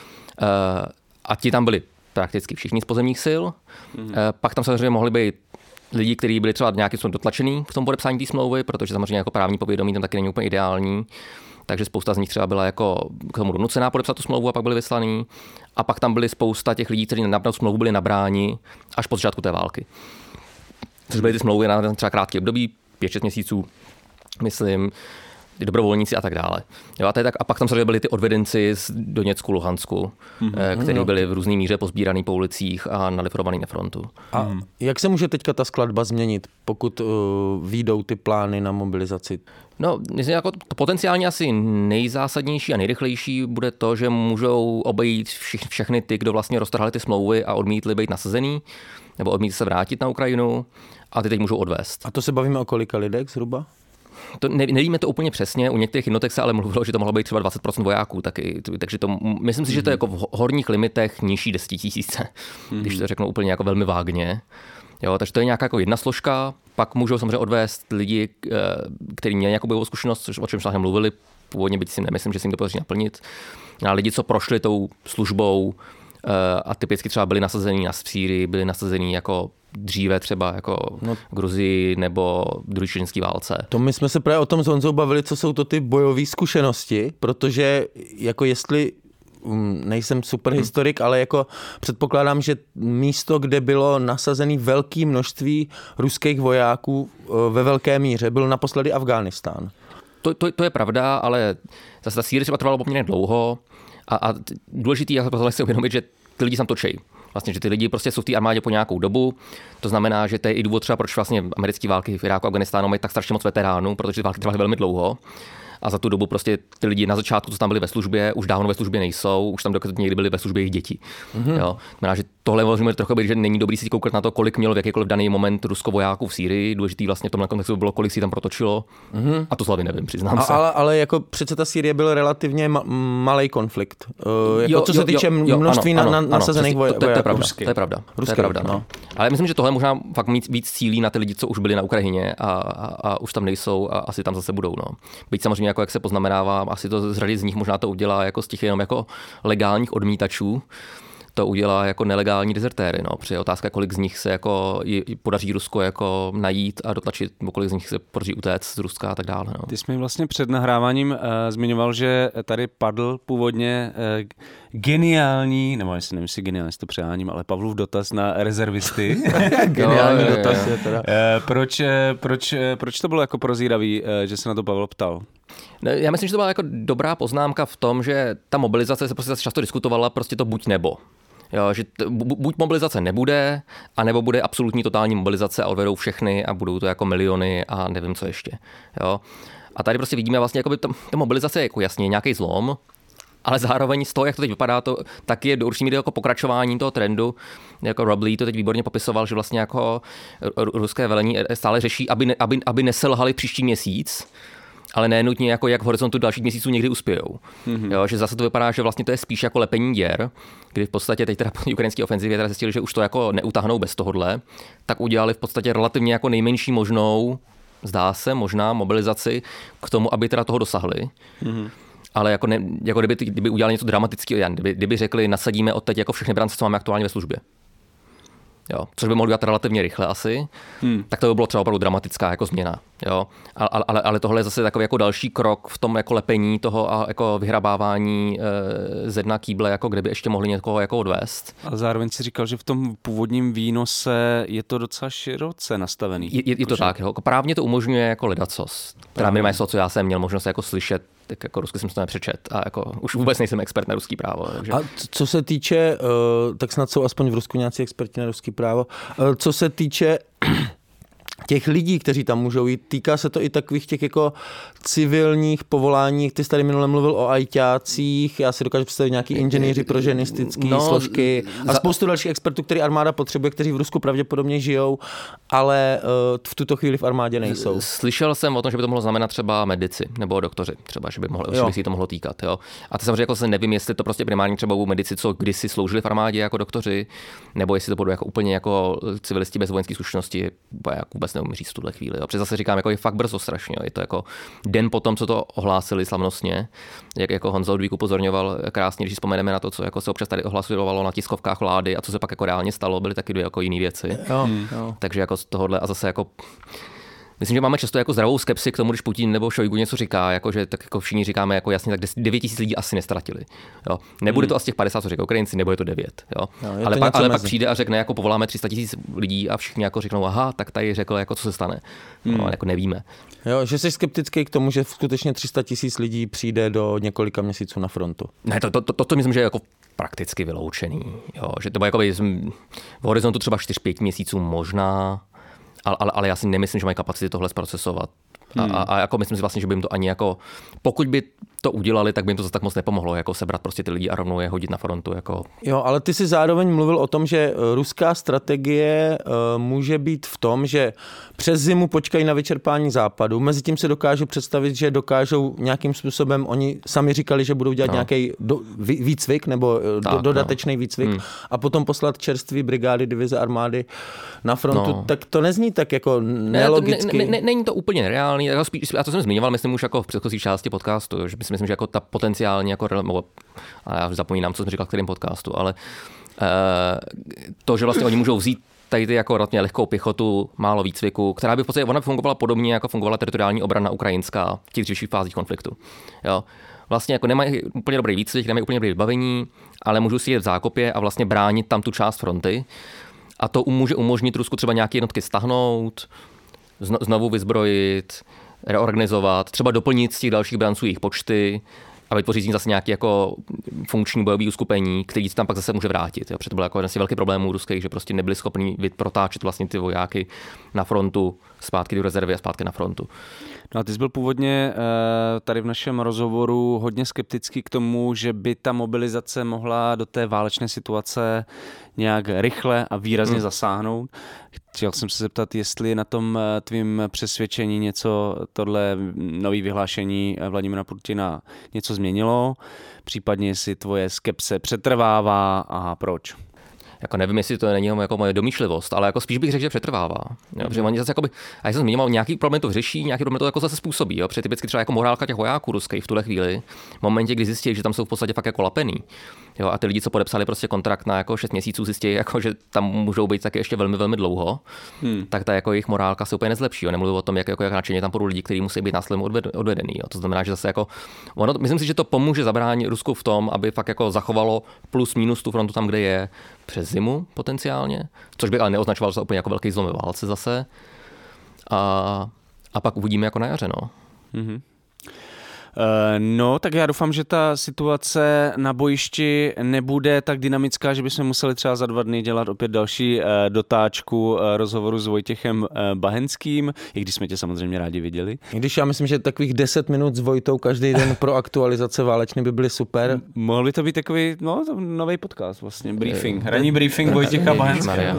A ti tam byli prakticky všichni z pozemních sil. Mm-hmm. Pak tam samozřejmě mohli být lidi, kteří byli třeba nějakým způsobem dotlačený v tom podepsání té smlouvy, protože samozřejmě jako právní povědomí tam taky není úplně ideální. Takže spousta z nich třeba byla jako k tomu donucená podepsat tu smlouvu a pak byli vyslaný. A pak tam byly spousta těch lidí, kteří na tu smlouvu byli nabráni až po začátku té války. Což byly ty smlouvy na třeba krátký období, pět šest měsíců, myslím, ty dobrovolníci a tak dále. Jo, a, tak, a pak tam samozřejmě byli ty odvedenci z Doněcku, Luhansku, mm-hmm. kteří byli v různý míře pozbíraný po ulicích a nalifrovaný na frontu. A jak se může teďka ta skladba změnit, pokud uh, výjdou ty plány na mobilizaci? No, myslím, jako to potenciálně asi nejzásadnější a nejrychlejší bude to, že můžou obejít všich, všechny ty, kdo vlastně roztrhali ty smlouvy a odmítli být nasazený, nebo odmítli se vrátit na Ukrajinu a ty teď můžou odvést. A to se bavíme o kolika lidech zhruba? To ne, nevíme to úplně přesně, u některých jednotek se ale mluvilo, že to mohlo být třeba dvacet procent vojáků, taky, takže to, myslím si, že to je jako v horních limitech nižší desetitisíce, mm-hmm. když to řeknu úplně jako velmi vágně. Jo, takže to je nějaká jako jedna složka, pak můžou samozřejmě odvést lidi, kteří měli nějakou bojovou zkušenost, což o čem jsme mluvili, původně byť si nemyslím, že si jim to podaří naplnit. A lidi, co prošli tou službou a typicky třeba byli nasazení na Sýrii, byli nasazení jako dříve třeba jako no, Gruzii nebo druhý čečenský válce. To my jsme se právě o tom s Honzou bavili, co jsou to ty bojové zkušenosti, protože jako jestli nejsem super historik, ale jako předpokládám, že místo, kde bylo nasazené velké množství ruských vojáků ve velké míře, byl naposledy Afghánistán. To, to, to je pravda, ale zase ta Sýrie třeba trvala poměrně dlouho a, a důležitý je si uvědomit, že ty lidi tam točí. Vlastně, že ty lidi prostě jsou v té armádě po nějakou dobu. To znamená, že to je i důvod třeba, proč vlastně americké války v Iráku a Afghánistánu mají tak strašně moc veteránů, protože ty války trvaly velmi dlouho. A za tu dobu prostě ty lidi na začátku, co tam byli ve službě, už dávno ve službě nejsou, už tam dokonce někdy byli ve službě jejich děti. Mm-hmm. Jo. Znamená, že tohle můžeme trochu být, že není dobrý si koukat na to, kolik mělo v jakýkoliv daný moment Rusko vojáků v Sýrii. Důležitý vlastně v tomhle kontextu bylo, kolik si tam protočilo. Mm-hmm. A to slavy nevím, přiznám a, se. Ale, ale jako přece ta Sýrie byl relativně ma- malý konflikt. Uh, jako jo, co se jo, týče jo, množství ano, na, ano, nasazených vojáků. To, to, to je pravda. To je pravda. Ruský, to je pravda no. No. Ale myslím, že tohle možná fakt mít víc cílí na ty lidi, co už byli na Ukrajině a, a, a už tam nejsou a asi tam zase budou. No. Byť samozřejmě jako jak se poznamenává, asi to z řady z nich možná to udělá jako z těch jenom jako legálních odmítačů, to udělá jako nelegální dezertéry. No. Protože je otázka, kolik z nich se jako podaří Rusko jako najít a dotlačit, kolik z nich se podaří utéct z Ruska a tak dále. No. Ty jsi mi vlastně před nahráváním uh, zmiňoval, že tady padl původně uh, geniální, nebo jestli nevím, jestli geniální, to přeháním, ale Pavlův dotaz na rezervisty. Geniální no, dotaz je teda. Uh, proč, proč, proč to bylo jako prozíravý, uh, že se na to Pavel ptal? Já myslím, že to byla jako dobrá poznámka v tom, že ta mobilizace se prostě často diskutovala, prostě to buď nebo. Jo, že t- buď mobilizace nebude, anebo bude absolutní totální mobilizace a odvedou všechny a budou to jako miliony a nevím co ještě. Jo. A tady prostě vidíme vlastně, jako by ta, ta mobilizace je jako jasně nějaký zlom, ale zároveň z toho, jak to teď vypadá, to, tak je do určitý míry jako pokračování toho trendu. Jako Rob Lee to teď výborně popisoval, že vlastně jako ruské velení stále řeší, aby, ne, aby, aby neselhali příští měsíc, ale ne nutně jako jak v horizontu dalších měsíců někdy uspějou. Mm-hmm. Jo, že zase to vypadá, že vlastně to je spíš jako lepení děr, kdy v podstatě teď teda po ukrajinské ofenzivě teda zjistili, že už to jako neutáhnou bez tohohle, tak udělali v podstatě relativně jako nejmenší možnou, zdá se, možná mobilizaci k tomu, aby teda toho dosahli. Mm-hmm. Ale jako, ne, jako kdyby, kdyby udělali něco dramatického, kdyby, kdyby řekli, nasadíme odteď jako všechny brance, co máme aktuálně ve službě. Jo, což by mohlo dělat relativně rychle asi, hmm. tak to by bylo třeba opravdu dramatická jako změna. Jo. Ale, ale, ale tohle je zase takový jako další krok v tom jako lepení toho a jako vyhrabávání e, ze dna kýble, jako kdyby ještě mohli někoho jako odvést. A zároveň si říkal, že v tom původním výnose je to docela široce nastavený. Je, je, je to tak, jo. Právně to umožňuje jako ledacos. Teda minimálně to, co já jsem měl možnost jako slyšet, tak jako rusky jsem to nepřečet a jako už vůbec nejsem expert na ruský právo. Takže. A co se týče, tak snad jsou aspoň v Rusku nějací experti na ruský právo, co se týče těch lidí, kteří tam můžou jít, týká se to i takových těch jako civilních povolání. Ty jsi tady minule mluvil o ajťácích, já si dokážu představit nějaký inženýři proženistický no, složky a za... spoustu dalších expertů, který armáda potřebuje, kteří v Rusku pravděpodobně žijou, ale uh, v tuto chvíli v armádě nejsou. Slyšel jsem o tom, že by to mohlo znamenat třeba medici nebo doktoři, třeba, že by, mohlo, že by si to mohlo týkat. Jo. A to samozřejmě jako se nevím, jestli to prostě primárně třeba u medici, co kdysi sloužili v armádě jako doktoři, nebo jestli to budou jako úplně jako civilisti bez vojenské zkušenosti, vůbec neumím říct v tuhle chvíli. Jo. Protože zase říkám, jako je fakt brzo strašně. Jo. Je to jako den potom, co to ohlásili slavnostně, jak jako Honza Ludvík upozorňoval krásně, když si vzpomeneme na to, co jako se občas tady ohlasovalo na tiskovkách vlády a co se pak jako reálně stalo, byly taky dvě jako jiné věci. Jo, jo. Takže jako z tohohle a zase jako myslím, že máme často jako zdravou skepsi k tomu, když Putin nebo Šojgu něco říká, jako že tak jako všichni říkáme jako jasně, tak devět tisíc lidí asi nestratili. Jo. Nebude hmm. to asi těch padesát, co říkají Ukrajinci, nebude to devět. Jo. Jo, ale pak, ale pak přijde a řekne, jako povoláme tři sta tisíc lidí a všichni jako řeknou, aha, tak tady řekl, jako co se stane. Hmm. No, jako nevíme. Jo, že jsi skeptický k tomu, že skutečně tři sta tisíc lidí přijde do několika měsíců na frontu. Ne, to, to, to, to, to myslím, že je jako prakticky vyloučený. Jo. Že to bude jako v horizontu třeba čtyři pět měsíců možná. Ale, ale, ale já si nemyslím, že mají kapacity tohle zprocesovat. Hmm. A, a jako myslím si vlastně, že by jim to ani jako, pokud by to udělali, tak by jim to zase tak moc nepomohlo, jako sebrat prostě ty lidi a rovnou je hodit na frontu. Jako. Jo, ale ty si zároveň mluvil o tom, že ruská strategie uh, může být v tom, že přes zimu počkají na vyčerpání západu. Mezitím si dokážu představit, že dokážou nějakým způsobem, oni sami říkali, že budou dělat no. nějaký do, výcvik nebo tak, do, dodatečný no. výcvik hmm. a potom poslat čerství brigády, divize, armády na frontu. No. Tak to nezní tak jako nelogicky. Ne, ne, ne, není to úplně nereálný. A to jsem zmiňoval, myslím už jako v předchozí části podcastu, že si myslím, že jako ta potenciální, jako, a já už zapomínám, co jsem říkal v kterém podcastu, ale uh, to, že vlastně oni můžou vzít tady ty jako relativně lehkou pěchotu, málo výcviku, která by v podstatě ona by fungovala podobně, jako fungovala teritoriální obrana ukrajinská v těch dřívějších fázích konfliktu. Jo. Vlastně jako nemají úplně dobrý výcvik, nemají úplně dobré vybavení, ale můžou si jít v zákopě a vlastně bránit tam tu část fronty. A to může umožnit Rusku třeba nějaké jednotky stahnout, znovu vyzbrojit, reorganizovat, třeba doplnit z těch dalších branců jejich počty a vytvořit z nich zase nějaké jako funkční bojové uskupení, který se tam pak zase může vrátit. Jo. Protože to byl jako jeden z velkých problémů ruských, že prostě nebyli schopni protáčet vlastně ty vojáky na frontu, zpátky do rezervy a zpátky na frontu. No a ty jsi byl původně tady v našem rozhovoru hodně skeptický k tomu, že by ta mobilizace mohla do té válečné situace nějak rychle a výrazně hmm. zasáhnout. Chtěl jsem se zeptat, jestli na tom tvým přesvědčení něco, tohle nový vyhlášení Vladimira Putina něco změnilo, případně jestli tvoje skepse přetrvává a proč? Jako nevím, jestli to není jako moje domýšlivost, ale jako spíš bych řekl, že přetrvává. Jo, protože oni zase jakoby, a já jsem zmiňoval, nějaký problém to řeší, nějaký problém to jako zase způsobí. Jo, protože typicky třeba jako morálka těch vojáků ruských v tuhle chvíli, v momentě, kdy zjistí, že tam jsou v podstatě fakt jako lapený. Jo, a ty lidi, co podepsali prostě kontrakt na jako šest měsíců, zjistí, jako, že tam můžou být taky ještě velmi, velmi dlouho, hmm. tak ta jako jejich morálka se úplně nezlepší. Jo. Nemluvím o tom, jak, jako, jak nadšeně tam budou lidi, kteří musí být následně odvedený. Jo. To znamená, že zase jako, ono, myslím si, že to pomůže zabránit Rusku v tom, aby fakt jako zachovalo plus minus tu frontu tam, kde je, přes zimu potenciálně, což bych ale neoznačoval za úplně jako velký zlom ve válce zase. A, a pak uvidíme jako na jaře, no. Mm-hmm. No, tak já doufám, že ta situace na bojišti nebude tak dynamická, že bychom museli třeba za dva dny dělat opět další dotáčku rozhovoru s Vojtěchem Bahenským, i když jsme tě samozřejmě rádi viděli. Když já myslím, že takových deset minut s Vojtou každý den pro aktualizace válečný by byly super. Mohl by to být takový, no, nový podcast vlastně, briefing, ranní briefing Vojtěcha Bahenského.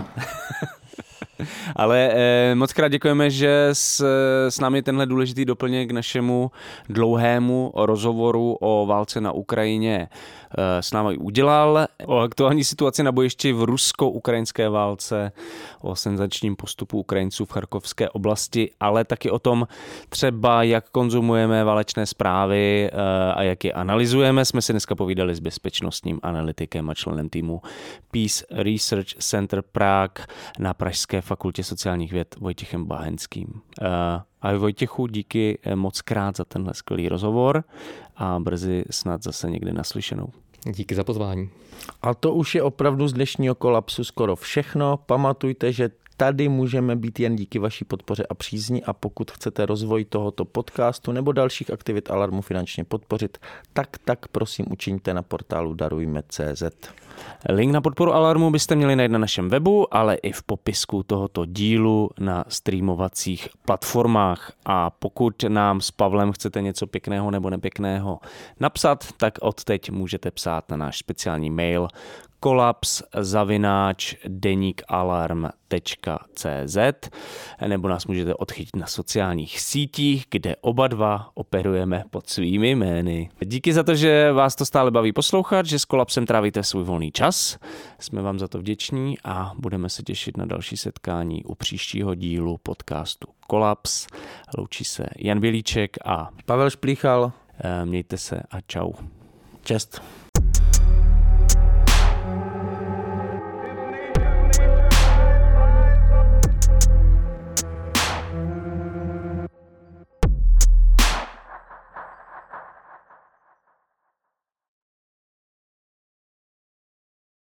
Ale eh, moc krát děkujeme, že s, s námi tenhle důležitý doplněk k našemu dlouhému rozhovoru o válce na Ukrajině eh, s námi udělal. O aktuální situaci na bojišti v rusko-ukrajinské válce, o senzačním postupu Ukrajinců v Charkovské oblasti, ale taky o tom třeba, jak konzumujeme válečné zprávy eh, a jak je analyzujeme. Jsme si dneska povídali s bezpečnostním analytikem a členem týmu Peace Research Center Prague na Pražské fakultě sociálních věd Vojtěchem Bahenským. A Vojtěchu, díky moc krát za tenhle skvělý rozhovor a brzy snad zase někde naslyšenou. Díky za pozvání. A to už je opravdu z dnešního kolapsu skoro všechno. Pamatujte, že tady můžeme být jen díky vaší podpoře a přízni a pokud chcete rozvoj tohoto podcastu nebo dalších aktivit Alarmu finančně podpořit, tak tak prosím učiňte na portálu darujme tečka cé zet. Link na podporu Alarmu byste měli najít na našem webu, ale i v popisku tohoto dílu na streamovacích platformách. A pokud nám s Pavlem chcete něco pěkného nebo nepěkného napsat, tak odteď můžete psát na náš speciální mail kolaps zavináč deník alarm tečka cé zet nebo nás můžete odchytit na sociálních sítích, kde oba dva operujeme pod svými jmény. Díky za to, že vás to stále baví poslouchat, že s Kolapsem trávíte svůj volný čas. Jsme vám za to vděční a budeme se těšit na další setkání u příštího dílu podcastu Kolaps. Loučí se Jan Bělíček a Pavel Šplíchal. Mějte se a čau. Čest.